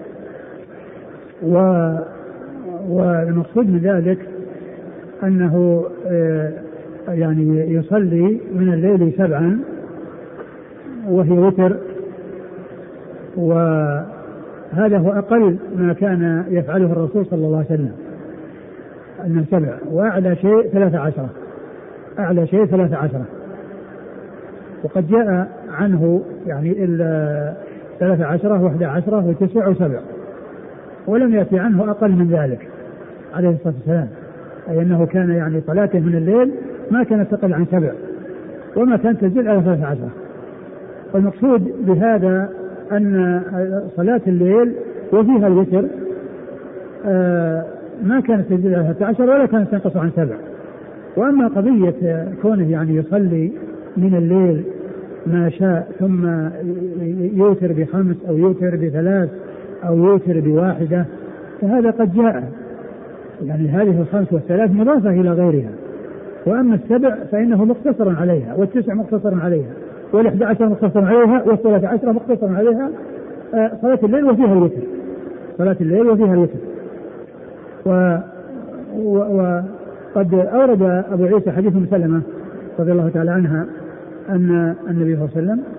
B: والمقصود من ذلك أنه يعني يصلي من الليل 7 وهي وتر وهذا هو أقل ما كان يفعله الرسول صلى الله عليه وسلم أنه 7 وأعلى شيء 13 أعلى شيء 13 وقد جاء عنه يعني 13 و11 و9 و7 ولم يأتي عنه أقل من ذلك عليه الصلاة والسلام أي أنه كان يعني صلاته من الليل ما كانت تقل عن 7 وما كانت تزيد على 13. والمقصود بهذا أن صلاة الليل وفيها الوتر ما كانت تزيد على 13 ولا كانت تنقص عن 7. وأما قضية كونه يعني يصلي من الليل ما شاء ثم يوتر ب5 أو يوتر ب3 أو يوتر ب1 فهذا قد جاء يعني هذه 5 و3 مضافة إلى غيرها. وأما 7 فإنه مقتصر عليها و9 مقتصر عليها وال11 مقتصر عليها وال13 مقتصر عليها صلاة الليل وفيها الوتر صلاة الليل وفيها الوتر. وقد أورد أبو عيسى حديث أم سلمة رضي الله تعالى عنها أن النبي صلى الله عليه وسلم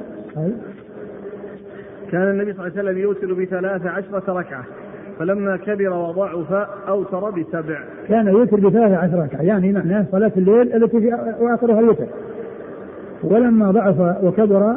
A: كان النبي صلى الله عليه وسلم يوتر ب13 ركعة فلما كبر وضعف أوتر ب7.
B: كان يوتر ب13 ركعة يعني معناه صلاة الليل التي في آخرها الوتر. ولما ضعف وكبر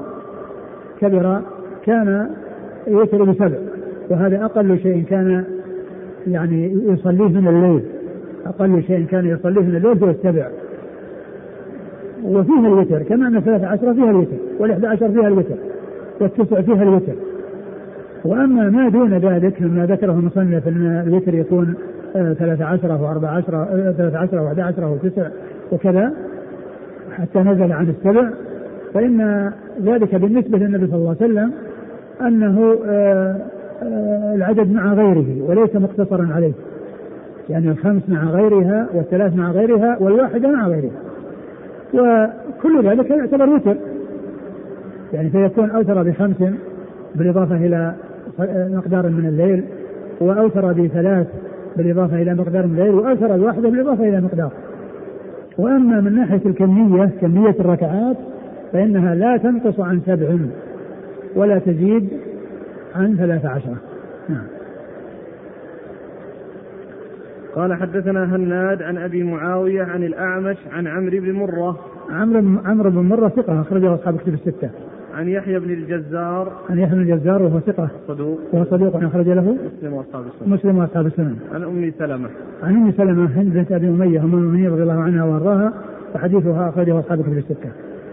B: كان يوتر ب7 وهذا أقل شيء كان يعني يصليه من الليل أقل شيء كان يصليه من الليل هو 7 وفيها الوتر كما أن 13 فيها الوتر وال11 فيها الوتر وال9 فيها الوتر. وأما ما دون ذلك مما ذكره المصنف أن الوتر يكون 13 و14 13 و11 و9 وكذا حتى نزل عن 7 فإن ذلك بالنسبة للنبي صلى الله عليه وسلم أنه العدد مع غيره وليس مقتصرا عليه يعني 5 مع غيرها و3 مع غيرها و1 مع غيرها وكل ذلك يعتبر وتر يعني فيكون أوتر ب5 بالإضافة إلى مقدار من الليل وأوتر ب3 بالإضافة إلى مقدار من الليل وأوتر ب1 بالإضافة إلى مقدار. وأما من ناحية الكمية كمية الركعات فإنها لا تنقص عن 7 ولا تزيد عن 13. نعم.
A: قال حدثنا هناد عن أبي معاوية عن الأعمش عن عمرو بن مرة.
B: عمرو بن مرة ثقة أخرجه أصحاب كتب الستة.
A: عن يحيى بن الجزار.
B: وهو ثقة وهو صدوق أخرج له مسلم وأصحاب السنن.
A: عن أم
B: سلمة هند بنت أبي أمية أم المؤمنين رضي الله عنها وأرضاها وحديثها أخرجه أصحاب كتب الستة.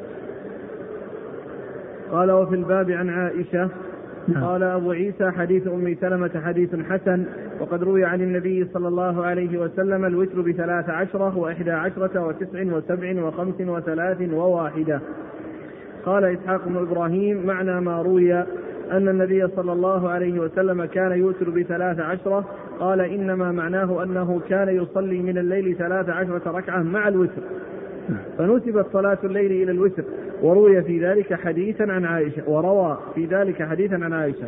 A: قال وفي الباب عن عائشة. قال أبو عيسى حديث أم سلمة حديث حسن وقد روي عن النبي صلى الله عليه وسلم الوتر ب13 و11 و9 و7 و5 و3 و1. قال إسحاق بن إبراهيم معنى ما روي أن النبي صلى الله عليه وسلم كان يوتر ب13. قال إنما معناه أنه كان يصلي من الليل 13 ركعة مع الوتر فنسبت صلاة الليل إلى الوتر وروى في ذلك حديثا عن عائشة.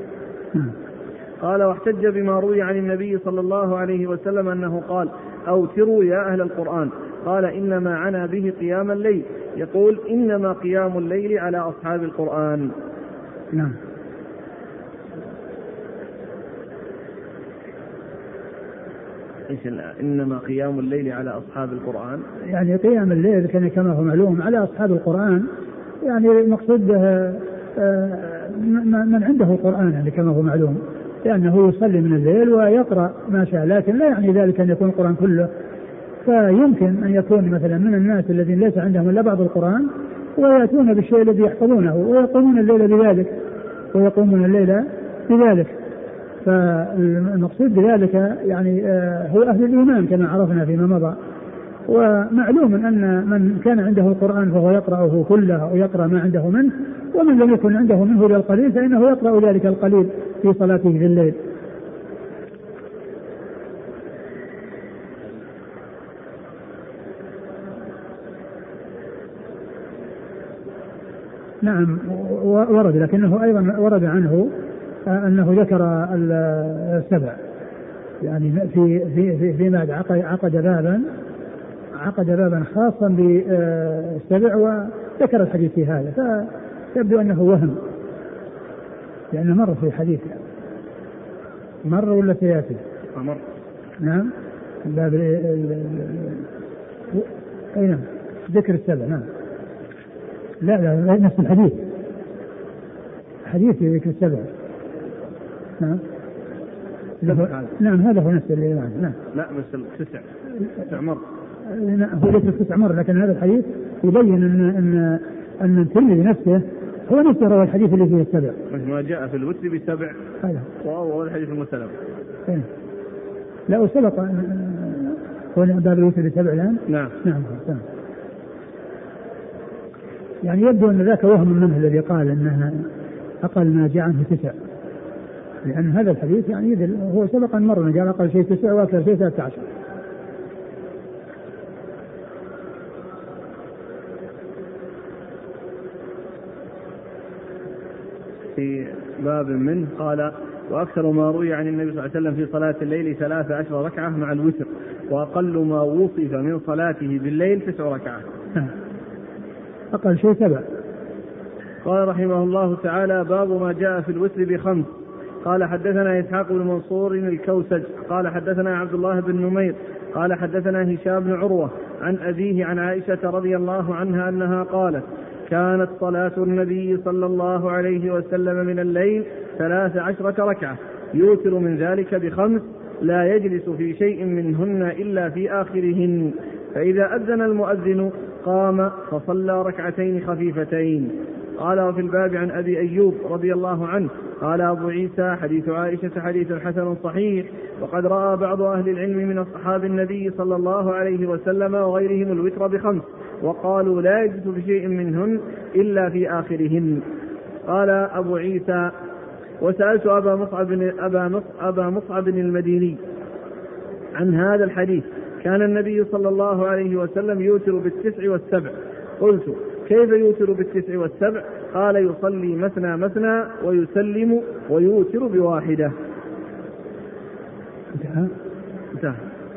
A: قال واحتج بما روي عن النبي صلى الله عليه وسلم أنه قال أوتروا يا أهل القرآن. قال إنما عنا به قيام الليل يقول إنما قيام الليل على أصحاب القرآن.
B: نعم.
A: إنما قيام الليل على أصحاب القرآن
B: يعني قيام الليل كان كما هو معلوم على أصحاب القرآن يعني المقصود به من عنده القرآن يعني كما هو معلوم لأنه يصلي من الليل ويقرأ ما شاء لكن لا يعني ذلك أن يكون القرآن كله. فيمكن أن يكون مثلا من الناس الذين ليس عندهم إلا بعض القرآن ويأتون بالشيء الذي يحفظونه ويقومون الليل بذلك فالمقصود بذلك يعني هو أهل الإيمان كما عرفنا فيما مضى. ومعلوم أن من كان عنده القرآن فهو يقرأه كله ويقرأ ما عنده منه ومن لم يكن عنده منه إلا القليل فإنه يقرأ ذلك القليل في صلاته في الليل. نعم ورد لكنه أيضا ورد عنه أنه ذكر السبع يعني فيما عقد بابا خاصا بالسبع وذكر الحديث في هذا فيبدو أنه وهم لأنه مر في الحديث مر ولا سيأتي
A: مر.
B: نعم باب أين ذكر السبع. نعم لا نفس الحديث حديث ذكر السبع. نعم هذا هو نفس اللي نعم.
A: لا بس تسع مر.
B: هو ذكر 9 مر لكن هذا الحديث يبين أن الترمذي نفسه هو نفسه روى الحديث اللي فيه السبع
A: ما جاء في الوتر ب7 وهو الحديث المسلم.
B: لا وسبق هو باب الوتر ب7 الآن.
A: نعم.
B: يعني يبدو أن ذاك وهم منه الذي قال أنها أقل ما جاء عنه 9 لأن هذا الحديث يعني هو سبق أن مر جاء أقل شيء 9 وأكثر شيء 13.
A: في باب منه قال وأكثر ما روي عن النبي صلى الله عليه وسلم في صلاة الليل 13 ركعة مع الوتر وأقل ما وصف من صلاته بالليل 9 ركعات
B: أقل شيء 7.
A: قال رحمه الله تعالى باب ما جاء في الوتر ب5. قال حدثنا إسحاق بن منصور الكوسج قال حدثنا عبد الله بن نمير قال حدثنا هشام بن عروة عن أبيه عن عائشة رضي الله عنها أنها قالت كانت صلاة النبي صلى الله عليه وسلم من الليل 13 ركعة يوتر من ذلك ب5 لا يجلس في شيء منهن إلا في آخرهن فإذا أذن المؤذن قام فصلى ركعتين خفيفتين. قال وفي الباب عن أبي أيوب رضي الله عنه قال أبو عيسى حديث عائشة حديث حسن صحيح وقد رأى بعض أهل العلم من أصحاب النبي صلى الله عليه وسلم وغيرهم الوتر ب5 وقالوا لا يجلس بشيء منهن إلا في آخرهن. قال أبو عيسى وسألت أبا مصعب المديني عن هذا الحديث كان النبي صلى الله عليه وسلم يوتر ب9 و7 قلت كيف يوتر ب9 و7 قال يصلي مثنى ويسلم ويوتر ب1. انتهى.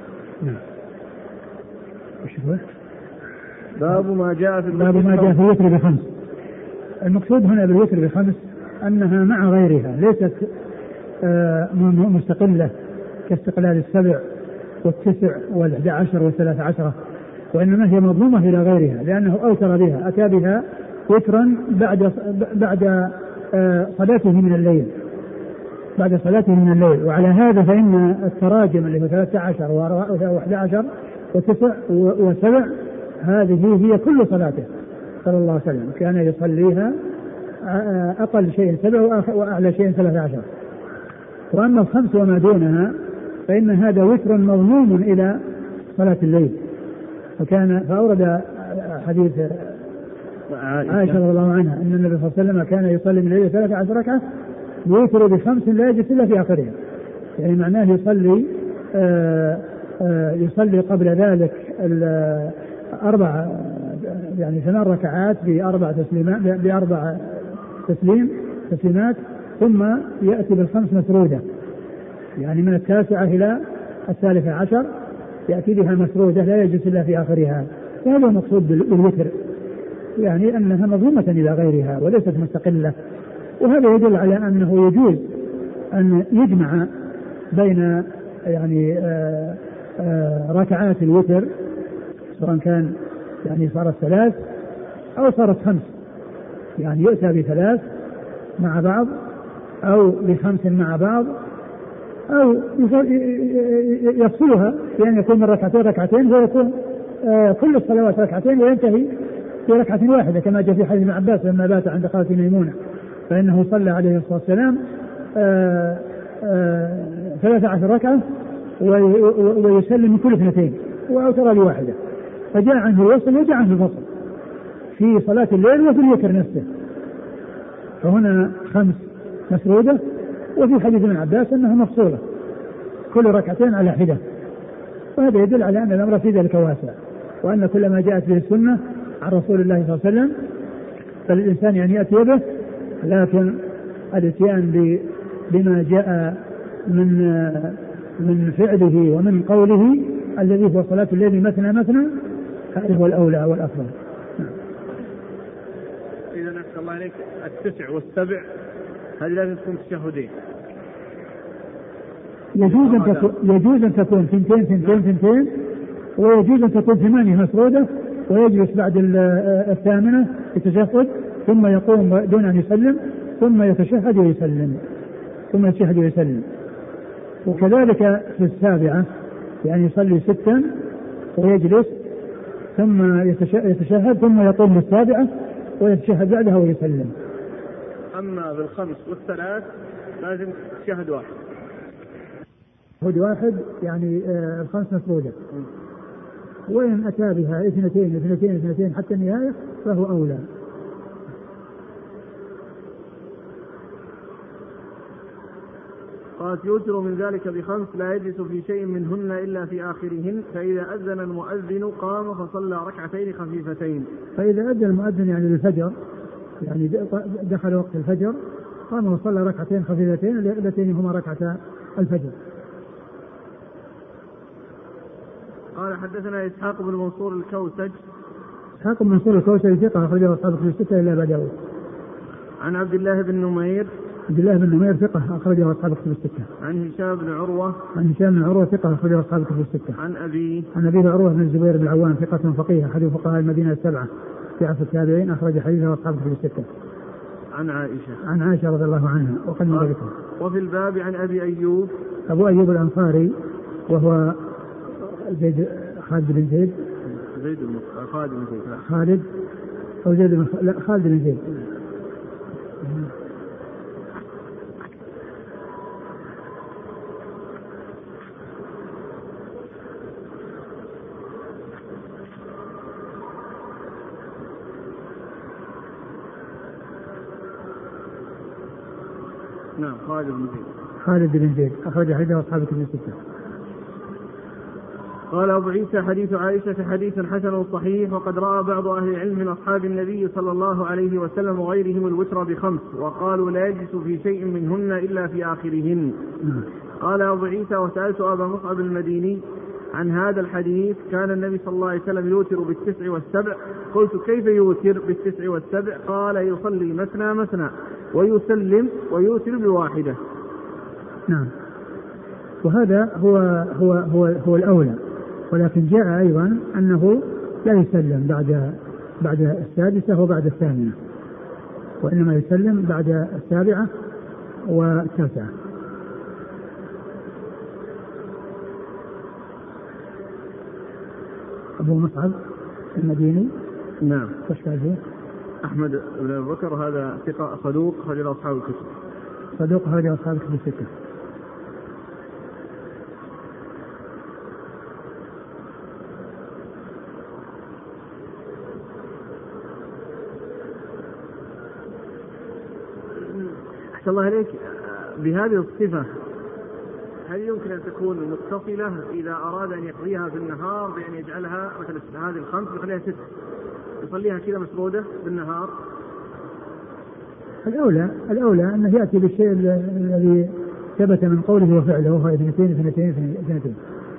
A: باب ما جاء في
B: الوتر ب5. المقصود هنا بالوتر ب5 أنها مع غيرها ليست مستقلة كاستقلال السبع والتسع والأحد عشر والثلاث عشرة، وإنما هي مضمومة إلى غيرها لأنه أوتر بها، أتى بها وترا بعد صلاته من الليل، بعد صلاته من الليل. وعلى هذا فإن التراجم اللي هو 13 و11 و9 و7 هذه هي كل صلاته صلى الله عليه وسلم، كان يصليها أقل شيء 7 وأعلى شيء 13. وأما الخمس وما دونها فإن هذا وتر مضموم إلى صلاة الليل. فأورد حديث عائشة رضي الله عنها أن النبي صلى الله عليه وسلم كان يصلي من الليل 13 ركعة ويوتر ب5 لا يجلس إلا في آخرها، يعني معناه يصلي قبل ذلك 8 ركعات ب4 تسليمات ثم يأتي ب5 مسرودة، يعني من 9 إلى 13 يأتي بها مسرودة لا يجلس إلا في آخرها. هذا المقصود بالوتر، يعني أنها مضمومة إلى غيرها وليست مستقلة. وهذا يدل على أنه يجوز أن يجمع بين يعني ركعات الوتر، سواء كان يعني صارت 3 أو صارت 5، يعني يؤتى ب3 مع بعض أو ب5 مع بعض، أو يفصلها بأن يكون من ركعتين ويكون كل الصلوات ركعتين وينتهي في ركعة واحدة، كما جاء في حديث ابن عباس لما بات عند خالته ميمونة فإنه صلى عليه الصلاة والسلام 13 ركعة ويسلم من كل 2 وأوتر بواحدة، فجاء عنه الوصل وجاء عنه الفصل في صلاة الليل وفي الوتر نفسه. فهنا 5 مسرودة، وفي حديث ابن عباس أنها مفصولة كل 2 ركعة على حدة. وهذا يدل على أن الأمر في ذلك واسع، وأن كل ما جاءت به السنة عن رسول الله صلى الله عليه وسلم فالإنسان يعني يأتي به، لكن الاتيان بما جاء من فعله ومن قوله الذي هو صلاة الليل مثنى هذا هو الأولى والأفضل.
A: إذا نسأل الله عليك 9 و7 هذه لازم تكون تشهدين.
B: يجوز أن تكون 2 ويجوز أن تكون 8 مسرودة، ويجلس بعد 8 يتشهد ثم يقوم دون أن يسلم ثم يتشهد ويسلم وكذلك في 7 يعني يصلي 6 ويجلس ثم يتشهد ثم يقوم ب7 ويتشهد بعدها ويسلم.
A: أما بال5 وال3 لازم تشهد
B: واحد يعني 5 مسرودة، وإن أتى بها 2 حتى النهاية فهو أولى.
A: قالت يوتر من ذلك ب5 لا يجلس في شيء منهن إلا في آخرهن، فإذا أذن المؤذن قام فصلى 2 ركعتين خفيفتين.
B: فإذا أذن المؤذن يعني للفجر، يعني دخل وقت الفجر قام وصلى 2 ركعتين خفيفتين اللتين هما ركعتا الفجر.
A: قال حدثنا إسحاق بن منصور الكوسج.
B: إسحاق بن منصور الكوسج ثقة أخرجه أصحاب الكتب الستة إلا أبا داود.
A: عن عبد الله بن نمير.
B: عبد الله بن نمير ثقة أخرجه أصحاب الكتب الستة.
A: عن هشام بن عروة.
B: عن هشام بن عروة ثقة أخرجه أصحاب الكتب الستة.
A: عن أبي
B: عروة بن الزبير بن العوام ثقة فقيه أحد فقهاء المدينة 7 في عصر التابعين، أخرج حديثه أصحاب الكتب الستة. عن عائشة رضي الله عنها وقد مر بكم.
A: وفي الباب عن أبي أيوب.
B: أبو أيوب الأنصاري وهو خالد بن زيد
A: نعم
B: خالد بن زيد أخرج حديثه أصحاب الكتب الستة.
A: قال أبو عيسى حديث عائشة حديث حسن صحيح، وقد رأى بعض أهل العلم من أصحاب النبي صلى الله عليه وسلم وغيرهم الوتر ب5 وقالوا لا يجلس في شيء منهن إلا في آخرهن. قال أبو عيسى وسألت أبا مصعب المديني عن هذا الحديث، كان النبي صلى الله عليه وسلم يوتر ب9 و7، قلت كيف يوتر ب9 و7؟ قال يصلي مثنى ويسلم ويوتر ب1.
B: نعم. وهذا هو الأولى. ولكن جاء أيضا أنه لا يسلم بعد السادسة وبعد الثامنة، وإنما يسلم بعد السابعة والتاسعة. أبو مصعب المديني.
A: نعم.
B: وش قال فيه؟
A: أحمد بن أبي بكر هذا ثقة صدوق خرج له أصحاب الكتب.
B: صدوق خرج له أصحاب الكتب الستة.
A: أحسن الله عليك. بهذه الصفة هل يمكن أن تكون متصلة إذا أراد أن يقضيها في النهار بأن يجعلها مثلا هذه الخمس يخليها 6 يصليها كذا مسرودة بالنهار؟
B: الأولى أنه يأتي بالشيء الذي ثبت من قوله وفعله، وهو 2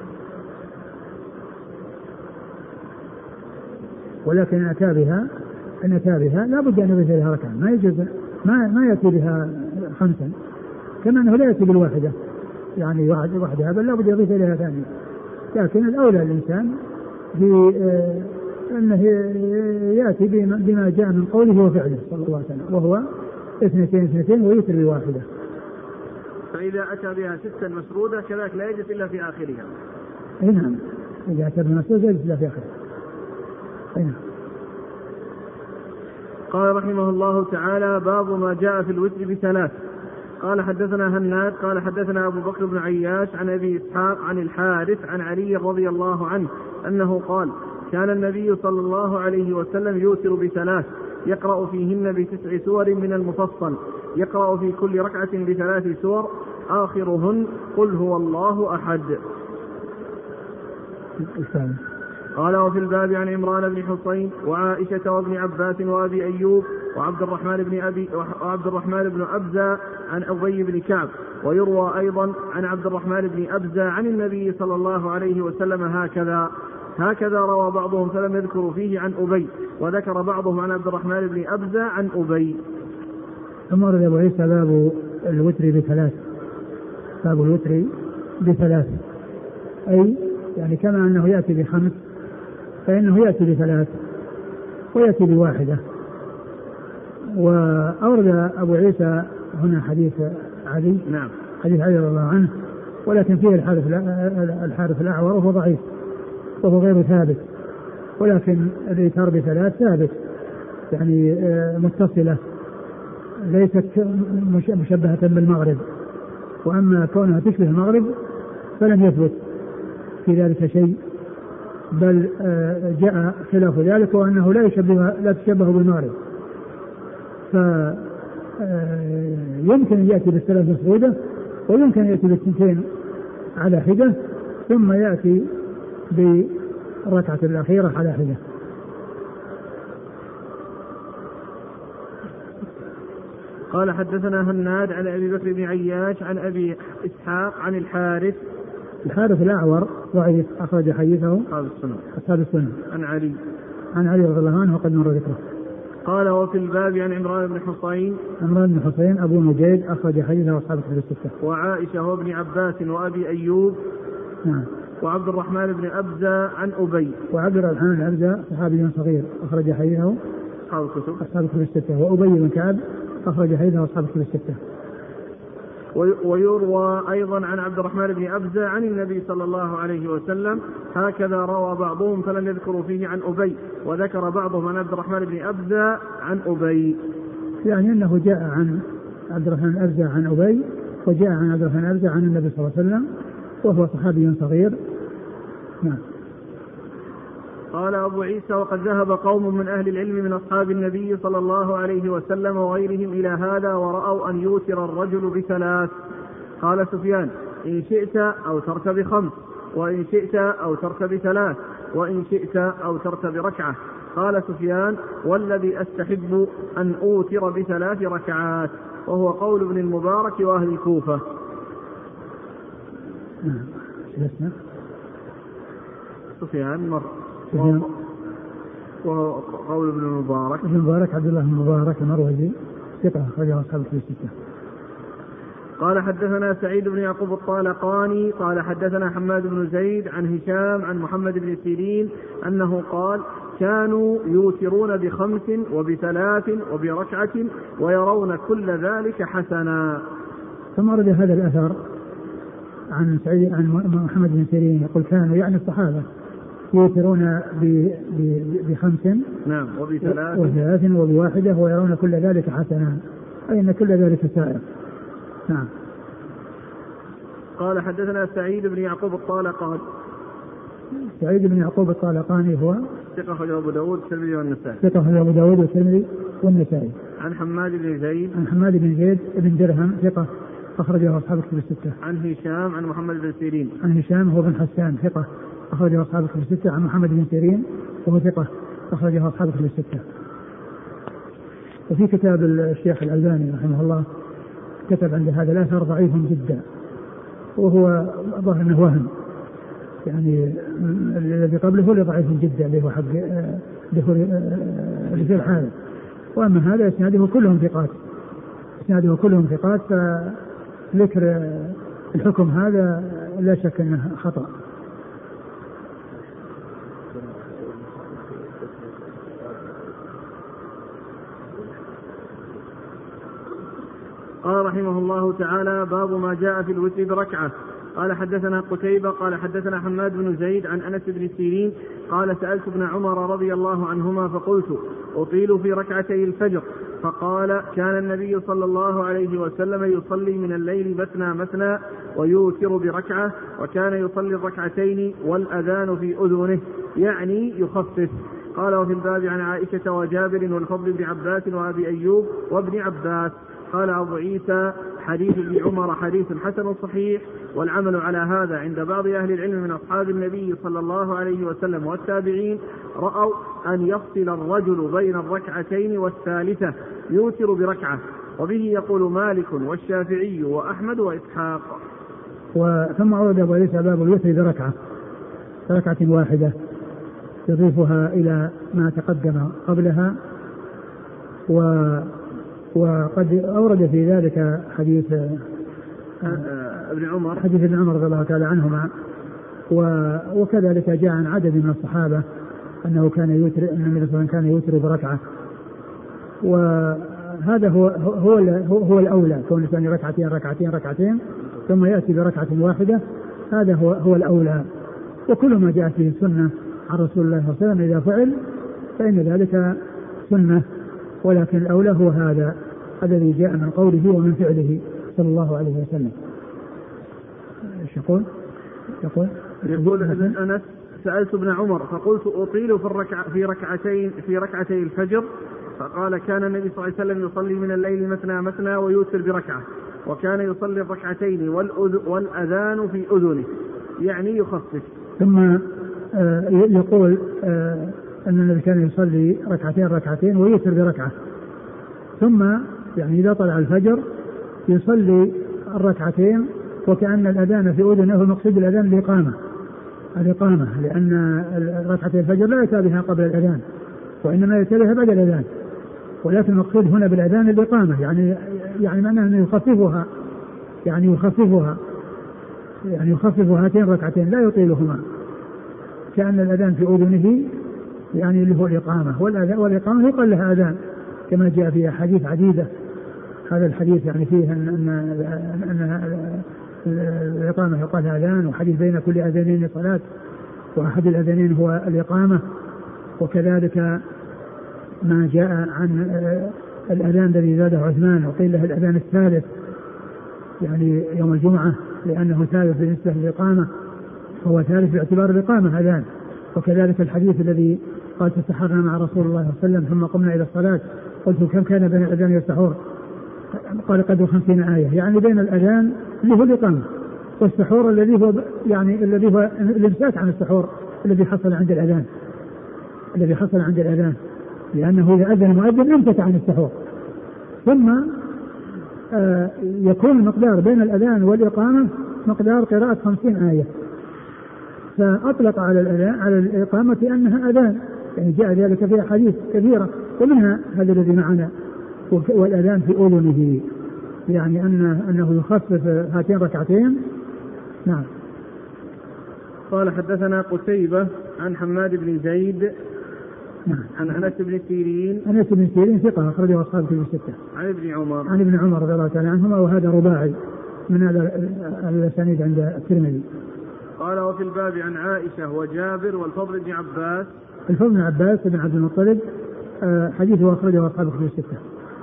B: ولكن أن أتى بها لا بد أن يضيف لها ركعة، ما يجوز ما يأتي بها 5، كما أنه لا يأتي بالواحدة يعني وحدها، بل لا بد يضيف لها ثانية. لكن الأولى الإنسان أنه يأتي بما جاء من قوله وفعله صلى الله عليه وسلم، وهو 2 ويتر بواحدة.
A: فإذا أتى بها 6 مسرودة كذلك لا يجلس إلا في آخرها.
B: نعم، إذا أتى بها مسرودة يجلس إلا في آخرها. نعم.
A: قال رحمه الله تعالى: باب ما جاء في الوتر ب3. قال حدثنا هناد قال حدثنا أبو بكر بن عياش عن أبي إسحاق عن الحارث عن علي رضي الله عنه أنه قال: كان النبي صلى الله عليه وسلم يوتر ب3 يقرأ فيهن ب9 سور من المفصل، يقرأ في كل ركعة ب3 سور آخرهن قل هو الله أحد. قال: وفي الباب عن عمران بن حصين وعائشة وابن عباس وأبي أيوب وعبد الرحمن بن أبزة عن أبي بن كعب. ويروى أيضا عن عبد الرحمن بن أبزة عن النبي صلى الله عليه وسلم هكذا روى بعضهم فلم يذكروا فيه عن أبي، وذكر بعضهم عن عبد الرحمن بن أبزة عن أبي.
B: ثم ورد أبو عيسى باب الوتر ب3، أي يعني كما أنه يأتي ب5 فإنه يأتي ب3 ويأتي ب1. وأورد أبو عيسى هنا حديث علي.
A: نعم.
B: حديث علي رضي الله عنه، ولكن فيه الحارث الأعور وهو ضعيف وهو غير ثابت، ولكن الإيتار ب3 ثابت يعني متصلة ليست مشبهة بالمغرب. وأما كونها تشبه المغرب فلم يثبت في ذلك شيء، بل جاء خلاف ذلك وأنه لا تشبه بالمغرب. فيمكن أن يأتي ب3 مسرودة، ويمكن أن يأتي ب2 على حدة، ثم يأتي بركعة الأخيرة على حدة.
A: قال حدثنا هناد عن أبي بكر بن عياش عن أبي إسحاق عن الحارث
B: الأعور ضعيف أخرج حديثه أصحاب السنة عن علي رضي الله عنه وقد مر ذكره.
A: قال: وفي الباب عن عمران بن حصين
B: أبو نجيد أخرج حديثه أصحاب الكتب الستة.
A: وعائشة وابن عباس وأبي أيوب.
B: نعم.
A: وعبد الرحمن بن أبزة عن أبي.
B: وعبد الرحمن بن أبزة صحابي صغير أخرج حديثه أصحاب الكتب الستة. وأبي بن كعب أخرج حديثه أصحاب الكتب الستة.
A: ويروى أيضا عن عبد الرحمن بن أبزة عن النبي صلى الله عليه وسلم هكذا روى بعضهم فلم يذكروا فيه عن أبي، وذكر بعضهم عن عبد الرحمن بن أبزة عن أبي.
B: يعني أنه جاء عن عبد الرحمن بن أبزة عن أبي، وجاء عن عبد الرحمن بن أبزة عن النبي صلى الله عليه وسلم وهو صحابي صغير. نعم.
A: قال أبو عيسى: وقد ذهب قوم من أهل العلم من أصحاب النبي صلى الله عليه وسلم وغيرهم إلى هذا، ورأوا أن يوتر الرجل ب3. قال سفيان: إن شئت أوترت ب5، وإن شئت أوترت ب3، وإن شئت أوترت بركعة. قال سفيان: والذي أستحب أن أوتر ب3 ركعات، وهو قول ابن المبارك وأهل الكوفة. سفيان مر وهو قول ابن المبارك.
B: عبد الله بن المبارك المروزي ثقة أخرجه أصحاب الكتب الستة.
A: قال حدثنا سعيد بن يعقوب الطالقاني قال حدثنا حماد بن زيد عن هشام عن محمد بن سيرين أنه قال كانوا يوترون ب5 وب3 وبركعة ويرون كل ذلك حسنا.
B: ثم ورد هذا الأثر عن سعيد عن محمد بن سيرين يقول كانوا يعني الصحابة يوترون ب5
A: نعم وب3
B: وب1 ويرون كل ذلك حسنا، أي أن كل ذلك سائر. نعم.
A: قال حدثنا سعيد بن يعقوب الطالقاني.
B: سعيد بن يعقوب الطالقاني هو
A: ثقة أخرجه أبو داود والترمذي والنسائي.
B: ثقة أخرجه أبو داود والترمذي والنسائي.
A: عن حماد بن زيد.
B: عن حماد بن زيد بن درهم ثقة أخرجه أصحاب الكتب الستة.
A: عن هشام عن محمد بن سيرين.
B: عن هشام هو بن حسان ثقة أخرجه أصحاب الكتب الستة. عن محمد بن سيرين وهو ثقة أخرجه أصحاب الكتب الستة. وفي كتاب الشيخ الألباني رحمه الله كتب عند هذا الأثر ضعيف جدا، وهو ظاهر أنه وهم، يعني الذي قبله هو ضعيف جدا اللي هو حق في الحالة، وأما هذا إسناده كلهم ثقات، فذكر الحكم هذا لا شك أنه خطأ.
A: قال رحمه الله تعالى باب ما جاء في الوتر بركعة. قال حدثنا قتيبة قال حدثنا حماد بن زيد عن أنس بن سيرين قال سألت ابن عمر رضي الله عنهما فقلت أطيل في ركعتي الفجر، فقال كان النبي صلى الله عليه وسلم يصلي من الليل مثنى ويوتر بركعة، وكان يصلي الركعتين والأذان في أذنه يعني يخفف. قال وفي الباب عن عائشة وجابر والفضل بن عباس وأبي أيوب وابن عباس. قال أبو عيسى حديث ابن عمر حديث حسن صحيح، والعمل على هذا عند بعض أهل العلم من أصحاب النبي صلى الله عليه وسلم والتابعين رأوا أن يفصل الرجل بين الركعتين والثالثة يوتر بركعة، وبه يقول مالك والشافعي وأحمد وإسحاق.
B: ثم عود أبو عيسى باب الوتر بركعة واحدة يضيفها إلى ما تقدم قبلها، وقد أورد في ذلك حديث
A: ابن عمر
B: رضي الله تعالى عنهما، وكذلك جاء عن عدد من الصحابة أنه كان يوتر، أن النبي صلى الله عليه وسلم كان يوتر بركعة، وهذا هو الأولى، كون الإنسان ركعتين ثم يأتي بركعة واحدة، هذا هو الأولى. وكل ما جاء فيه السنة عن رسول الله صلى الله عليه وسلم إذا فعل فإن ذلك سنة، ولكن الأولى هو هذا الذي جاء من قوله ومن فعله صلى الله عليه وسلم. ايش
A: يقول أنس سألت ابن عمر فقلت أطيل في ركعتي الفجر، فقال كان النبي صلى الله عليه وسلم يصلي من الليل مثنى ويوتر بركعة، وكان يصلي الركعتين والأذان في أذنه يعني يخفف.
B: ثم يقول أن النبي كان يصلي ركعتين ويوتر بركعة، ثم يعني إذا طلع الفجر يصلي الركعتين وكأن الأذان في أذنه، المقصود الأذان الإقامة، لأن ركعتي الفجر لا يأتي بها قبل الأذان وإنما يأتي بها بعد الأذان، ولكن المقصود هنا بالأذان الإقامة، يعني معناه أنه يخفف هاتين الركعتين لا يطيلهما، كأن الأذان في أذنه يعني اللي هو الإقامة، والإقامة يقال لها أذان كما جاء في أحاديث عديدة. هذا الحديث يعني فيه أن الإقامة يقال لها أذان، وحديث بين كل أذانين صلاة، وأحد الأذانين هو الإقامة. وكذلك ما جاء عن الأذان الذي زاده عثمان وقيل له الأذان الثالث يعني يوم الجمعة، لأنه ثالث بالنسبة للإقامة، هو ثالث باعتبار الإقامة أذان. وكذلك الحديث الذي قال تسحرنا مع رسول الله صلى الله عليه وسلم ثم قمنا إلى الصلاة، قلت كم كان بين الأذان والسحور؟ قال قدر 50 آية، يعني بين الأذان اللي هو الإقامة والسحور الذي هو الإمساك عن السحور الذي حصل عند الأذان، لأنه إذا أذن مؤذن أمسك عن السحور. ثم يكون المقدار بين الأذان والإقامة مقدار قراءة 50 آية، فأطلق على الإقامة أنها أذان، يعني جاء ذلك في أحاديث كثيرة، ومنها هذا الذي معنا والأذان في أذنه. يعني أنه يخفف هاتين ركعتين. نعم.
A: قال حدثنا قتيبة عن حماد بن زيد عن أنس بن سيرين.
B: أنس بن سيرين ثقة أخرجه أصحاب كتب الستة.
A: عن ابن
B: عمر رضي الله تعالى عنهما، وهذا رباعي من هذا الأسانيد عند الترمذي.
A: قال وفي الباب عن عائشة وجابر والفضل بن عباس.
B: الفضل بن عباس بن عبد المطلب حديثه أخرجه أصحاب كتب الستة.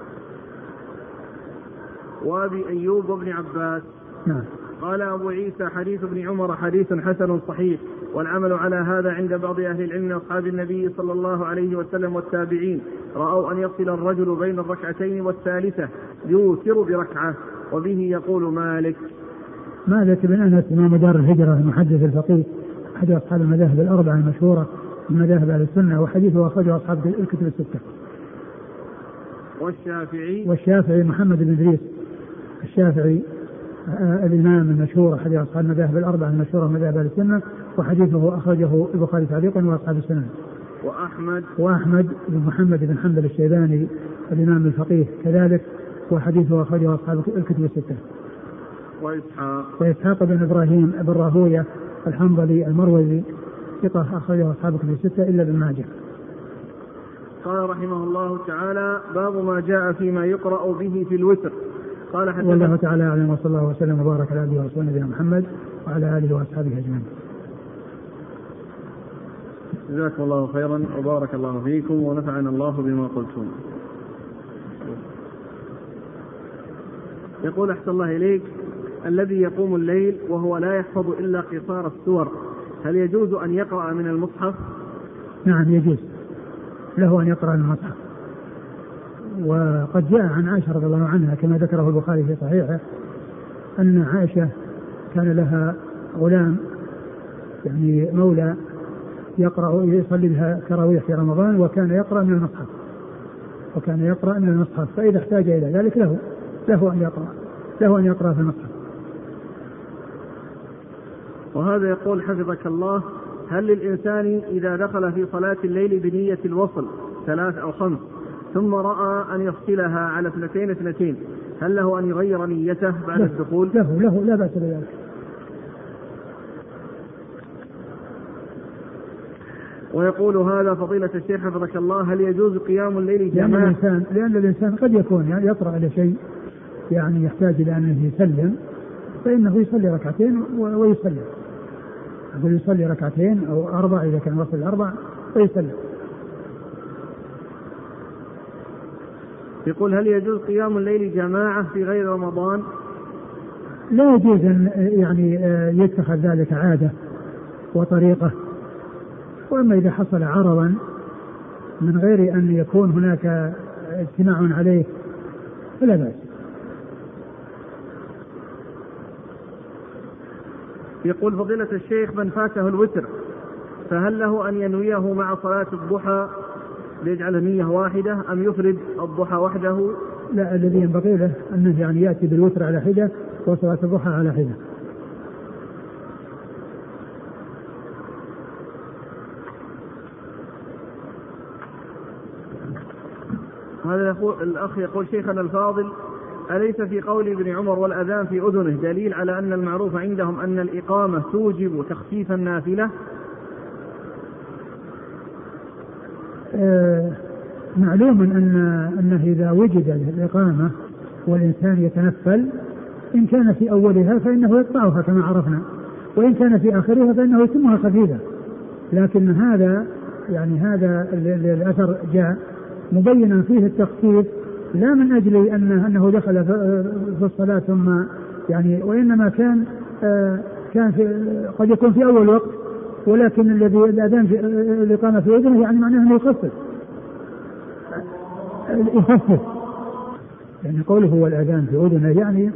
A: وأبي أيوب وابن عباس.
B: نعم.
A: قال أبو عيسى حديث ابن عمر حديث حسن صحيح، والعمل على هذا عند بعض أهل العلم من أصحاب النبي صلى الله عليه وسلم والتابعين، رأوا أن يفصل الرجل بين الركعتين والثالثة يوتر بركعة، وبه يقول مالك.
B: مالك بن أنس إمام دار الهجرة المحدث الفقيه أحد أصحاب المذاهب الأربعة المشهورة من مذاهب أهل السنة، وحديثه أخرجه أصحاب الكتب الستة. والشافعي محمد بن إدريس الشافعي الإمام المشهور أحد أصحاب المذاهب الأربعة المشهورة من مذاهب أهل السنة، وحديثه أخرجه البخاري تعليقا وأصحاب السنن. وأحمد بن محمد بن حنبل الشيباني الإمام الفقيه كذلك، وحديثه أخرجه أصحاب الكتب الستة. وإسحاق بن إبراهيم بن راهوية الحنظلي المروزي ثقة أخرجه أصحاب الكتب الستة إلا ابن ماجه.
A: قال رحمه الله تعالى: باب ما جاء فيما يقرأ به في الوتر. قال
B: والله تعالى أعلم، وصلى الله وسلم وبارك على عبده ورسوله نبينا محمد وعلى آله وأصحابه أجمعين.
A: جزاكم الله خيرا وبارك الله فيكم ونفعنا الله بما قلتم. يقول أحسن الله إليك: الذي يقوم الليل وهو لا يحفظ إلا قصار السور، هل يجوز أن يقرأ من المصحف؟
B: نعم يجوز له أن يقرأ من المصحف. وقد جاء عن عائشة رضي الله عنها كما ذكره البخاري في صحيحه أن عائشة كان لها غلام يعني مولى يصلي بها تراويح في رمضان، وكان يقرأ من المصحف، فإذا احتاج إلى ذلك له أن يقرأ في المصحف.
A: وهذا يقول حفظك الله: هل للإنسان إذا دخل في صلاة الليل بنية الوصل 3 أو 5 ثم رأى أن يفصلها على 2 هل له أن يغير نيته بعد الدخول؟
B: له لا بأس بذلك.
A: ويقول هذا فضيلة الشيخ حفظك الله: هل يجوز قيام الليل جماعة؟
B: لأن الإنسان قد يكون يعني يطرأ على شيء يعني يحتاج إلى أنه يسلم، فإنه يصلي ركعتين ويسلم. يصلي ركعتين أو 4 إذا كان وصل 4 ويسلم.
A: يقول: هل يجوز قيام الليل جماعة في غير رمضان؟
B: لا يجوز أن يعني يتخذ ذلك عادة وطريقة، وأما إذا حصل عرضا من غير أن يكون هناك اجتماع عليه فلا بأس.
A: يقول فضيلة الشيخ: من فاته الوتر فهل له أن ينويه مع صلاة الضحى ليجعل نية واحدة أم يفرد الضحى وحده؟
B: لا، الذي ينبغي له أنه يعني يأتي بالوتر على حدة وصلاة الضحى على حدة.
A: هذا الأخ يقول: شيخنا الفاضل، أليس في قول ابن عمر والأذان في أذنه دليل على أن المعروف عندهم أن الإقامة توجب تخفيف النافلة؟
B: معلوم أنه إذا وجد الإقامة والإنسان يتنفل، إن كان في أولها فإنه يقطعها كما عرفنا، وإن كان في آخرها فإنه يتمها خفيفة. لكن هذا الأثر جاء مبينا فيه التخفيف، لا من أجل أنه دخل في الصلاة ثم يعني، وإنما كان قد يكون في أول وقت، ولكن الذي الأذان في الإقامة في أذنه يعني معناه أنه يخفف يعني قوله هو الأذان في أذنه يعني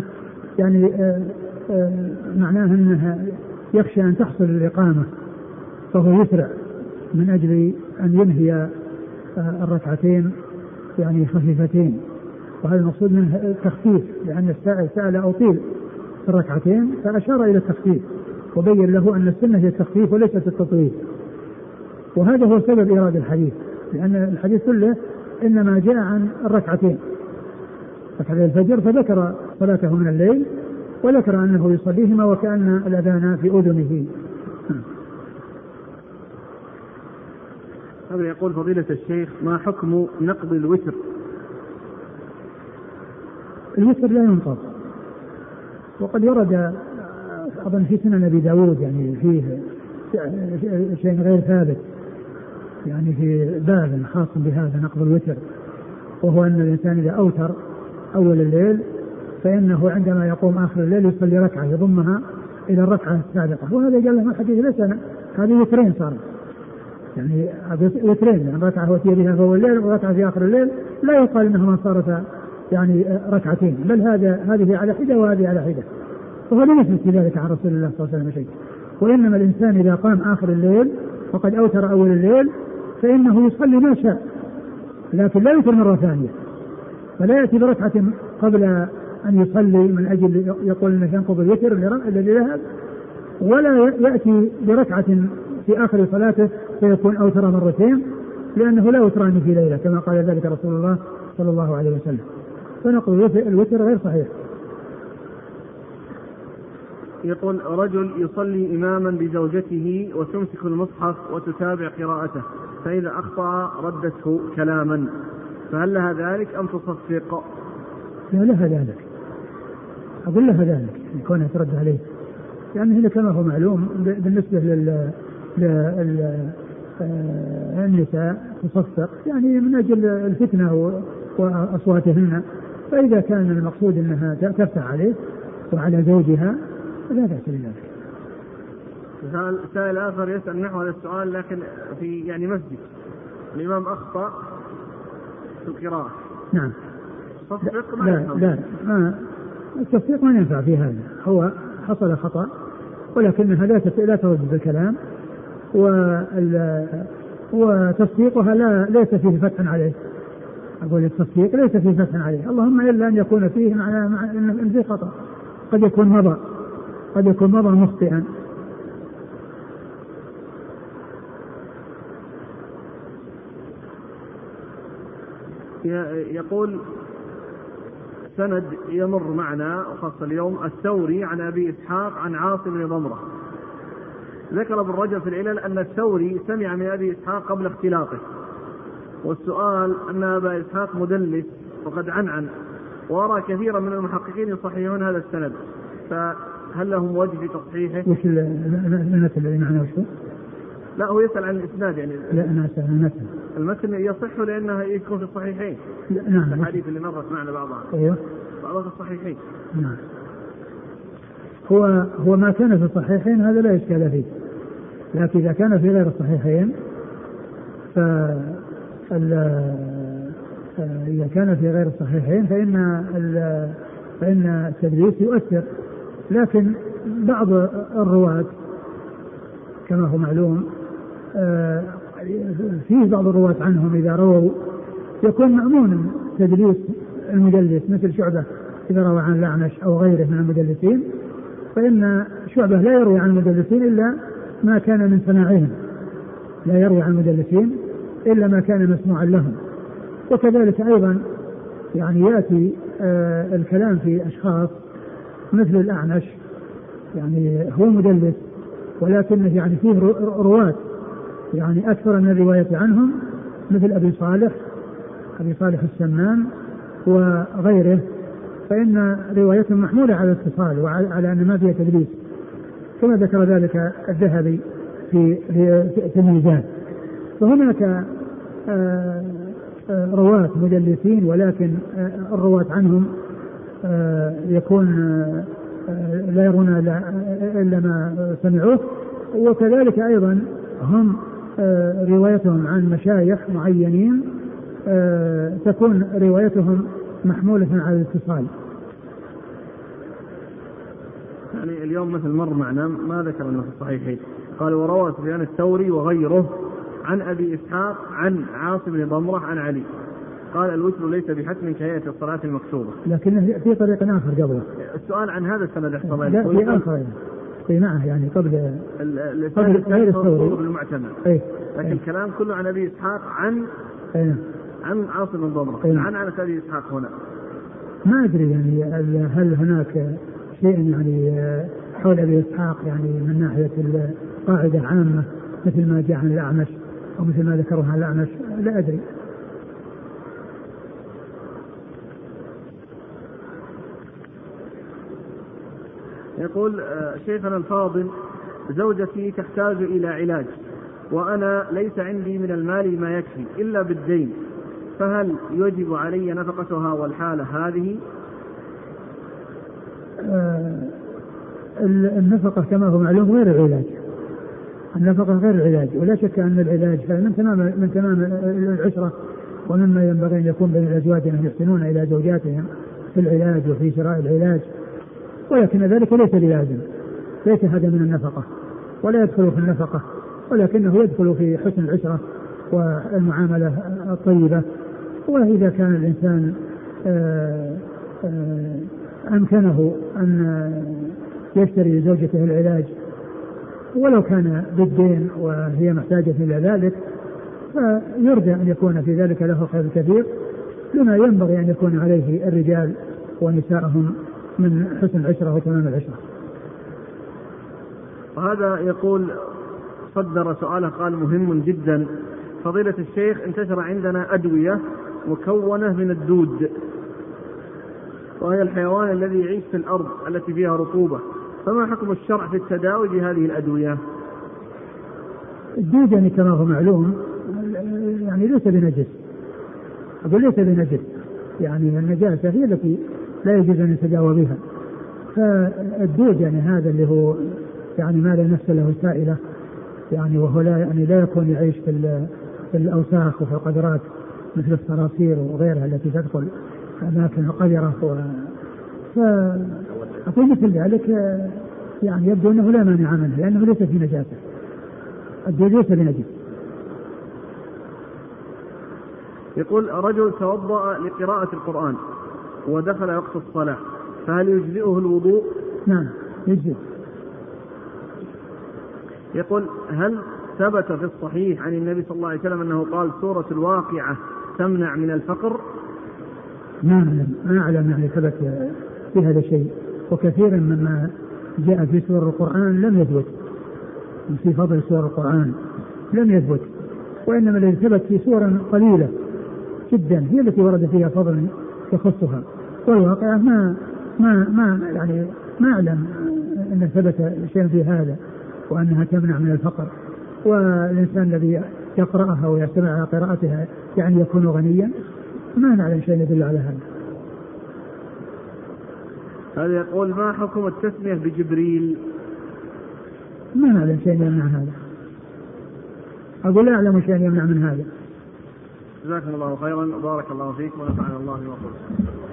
B: معناه أنه يخشى أن تحصل الإقامة فهو يسرع من أجل أن ينهي الركعتين يعني خفيفتين، وهذا المقصود منه التخفيف، لأن السائل سأل أطيل في الركعتين فأشار إلى التخفيف وبين له أن السنة هي التخفيف وليست التطويل. وهذا هو سبب إيراد الحديث، لأن الحديث كله إنما جاء عن الركعتين، ركعتي الفجر، فذكر صلاته من الليل وذكر أنه يصليهما وكأن الأذان في أذنه.
A: هذا يقول فضيلة الشيخ: ما حكم نقض الوتر؟
B: الوتر لا ينقض، وقد ورد أظن في سنن أبي داود يعني فيه شيء غير ثابت، يعني في باب خاص بهذا نقض الوتر، وهو أن الإنسان إذا أوتر أول الليل فإنه عندما يقوم آخر الليل يصلي ركعة يضمها إلى الركعة السابقة، وهذا قال له الحديث ليس هذه وترين صار، يعني وترين، يعني ركعة وتي بها في أول الليل وركعة في آخر الليل، لا يقال أنهما صارتا يعني ركعتين، بل هذه على حدة وهذه على حدة، وهو لم يثبت في ذلك عن رسول الله صلى الله عليه وسلم شيء. وإنما الإنسان إذا قام آخر الليل وقد أوتر أول الليل فإنه يصلي ما شاء، لكن لا يوتر مرة ثانية، فلا يأتي بركعة قبل أن يصلي من أجل يقول أنه ينقض الوتر الذي ذهب، ولا يأتي بركعة في آخر صلاته فيكون أوتر مرتين، لأنه لا وتران في ليلة كما قال ذلك رسول الله صلى الله عليه وسلم، فنقض الوتر غير صحيح.
A: يقول: رجل يصلي إماما بزوجته وتمسك المصحف وتتابع قراءته، فإذا أخطأ ردته كلاما، فهل لها ذلك أم تصفق؟
B: لا، لها ذلك، أقول لها ذلك كونها ترد عليه، لأنه يعني كما هو معلوم بالنسبة للنساء تصفق يعني من أجل الفتنة وأصواتهن، فإذا كان المقصود أنها تفتح عليه وعلى زوجها لا بأس بذلك.
A: سائل آخر يسأل نحو هذا السؤال، لكن في يعني مسجد الإمام أخطأ في القراءة.
B: نعم.
A: تصفق؟
B: لا التصفيق ما ينفع في هذا، هو حصل خطأ ولكنها لا ترد بالكلام، وتصفيقها ليس فيه فتح عليه، أقول التصفيق ليس فيه فتح عليه، اللهم إلا أن يكون فيه إن فيه خطأ، قد يكون مضى مخطئا.
A: يقول: سند يمر معنا وخاصة اليوم الثوري عن أبي إسحاق عن عاصم بن ضمرة، ذكر ابن رجب في العلل أن الثوري سمع من أبي إسحاق قبل اختلاطه، والسؤال أن أبا إسحاق مدلس وقد عنعن، وأرى كثيرا من المحققين يصححون هذا السند، فهل لهم وجه في تصحيحه؟
B: وش المثل الذي معنا وشو؟
A: لا، هو يسأل عن الإسناد يعني.
B: لا، أنا أسأل عن
A: المتن يصح لأنها يكون في الصحيحين.
B: نعم.
A: الحديث اللي مرت معنا بعضها.
B: أيوه.
A: بعضها في الصحيحين.
B: نعم. هو ما كان في الصحيحين هذا لا إشكال فيه، لكن إذا كان في غير الصحيحين إذا كان في غير الصحيحين فإن التدليس يؤثر، لكن بعض الرواة كما هو معلوم فيه بعض الرواة عنهم إذا رووا يكون مأمون تدليس المدلس، مثل شعبة إذا روى عن الأعمش أو غيره من المدلسين، فإن شعبة لا يروي عن المدلسين إلا ما كان من سماعهم، لا يروي عن المدلسين إلا ما كان مسموعا لهم. وكذلك أيضا يعني يأتي الكلام في أشخاص مثل الأعمش، يعني هو مدلس ولكنه يعني فيه رواة يعني أكثر من الرواية عنهم، مثل أبي صالح السمان وغيره، فإن روايتهم محمولة على الاتصال وعلى أن ما فيها تدليس، كما ذكر ذلك الذهبي في الميزان. فهناك رواة مدلسين ولكن الرواة عنهم يكون لا يرون إلا ما سمعوه، وكذلك أيضا هم روايتهم عن مشايخ معينين تكون روايتهم محمولة على الاتصال.
A: يعني اليوم مثل مر معنا ما ذكر أنه في الصحيحين، قال: وروى سفيان الثوري وغيره عن أبي إسحاق عن عاصم بن ضمرة عن علي، قال: الوتر ليس بحتم كهيئة الصلاة المكتوبة،
B: لكن في طريق آخر قبله.
A: السؤال عن هذا السند احتمال.
B: لا، في آخر في معه يعني قبل
A: غير الثوري بالمعتمد، لكن الكلام كله عن أبي إسحاق عن عاصم بن ضمرة، عن أبي إسحاق هنا.
B: ما أدري يعني هل هناك شيء يعني حول أبي إسحاق يعني من ناحية القاعدة عامة مثل ما جاء عن الأعمش أو مثل ما ذكره عن الأعمش، لا أدري.
A: يقول شيخنا الفاضل: زوجتي تحتاج إلى علاج وأنا ليس عندي من المال ما يكفي إلا بالدين، فهل يجب علي نفقتها والحالة هذه؟
B: النفقة كما هو معلوم غير العلاج، النفقة غير العلاج، ولا شك أن العلاج من تمام العشرة، ومما ينبغي أن يكون بين الأزواج أن يحسنون إلى زوجاتهم في العلاج وفي شراء العلاج، ولكن ذلك ليس بلازم، ليس هذا من النفقة ولا يدخل في النفقة، ولكنه يدخل في حسن العشرة والمعاملة الطيبة. وإذا كان الإنسان أمكنه أن يشتري لزوجته العلاج ولو كان بالدين وهي محتاجة إلى ذلك، فيرجى أن يكون في ذلك له خير كثير، لما ينبغي أن يكون عليه الرجال ونسائهم من حسن العشرة وتمام العشرة.
A: وهذا يقول صدر سؤاله قال: مهم جدا فضيلة الشيخ، انتشر عندنا أدوية مكونة من الدود، وهي الحيوان الذي يعيش في الأرض التي فيها رطوبة، فما حكم الشرع في التداوي بهذه الأدوية؟
B: الدود يعني كما هو معلوم يعني ليس بنجس، أقول ليس بنجس، يعني النجاسة هي التي لا يجوز أن يتداوى بها. فالدود يعني هذا اللي هو يعني ما لا نفس له سائلة، يعني وهو لا يكون يعيش في الأوساخ وفي القدرات مثل الصراصير وغيرها التي تدخل أماكن القذرة. فأقول مثل ذلك يعني يبدو أنه لا مانع منه لأنه ليس في نجاسة، الدود ليس بنجس.
A: يقول: رجل توضأ لقراءة القرآن ودخل وقت الصلاة، فهل يجزئه الوضوء؟
B: نعم يجزئ.
A: يقول: هل ثبت في الصحيح عن النبي صلى الله عليه وسلم أنه قال سورة الواقعة تمنع من الفقر؟
B: ما أعلم يعني ثبت في هذا الشيء، وكثيرا مما جاء في سور القرآن لم يثبت، في فضل سور القرآن لم يثبت، وإنما الذي ثبت في سور قليلة جدا هي التي ورد فيها فضل يخصها، والواقعة ما يعني ما أعلم أن ثبت شيء في هذا وأنها تمنع من الفقر، والإنسان الذي يقرأها ويستمع على قراءتها يعني يكون غنيا، ما نعلم شيء يدل على هذا.
A: هذا يقول: ما حكم التسمية بجبريل؟
B: ما نعلم شيء يمنع هذا، أقول لا أعلم شيء يمنع من هذا.
A: جزاكم الله خيرا وبارك الله فيكم ونفعنا الله بما قلت.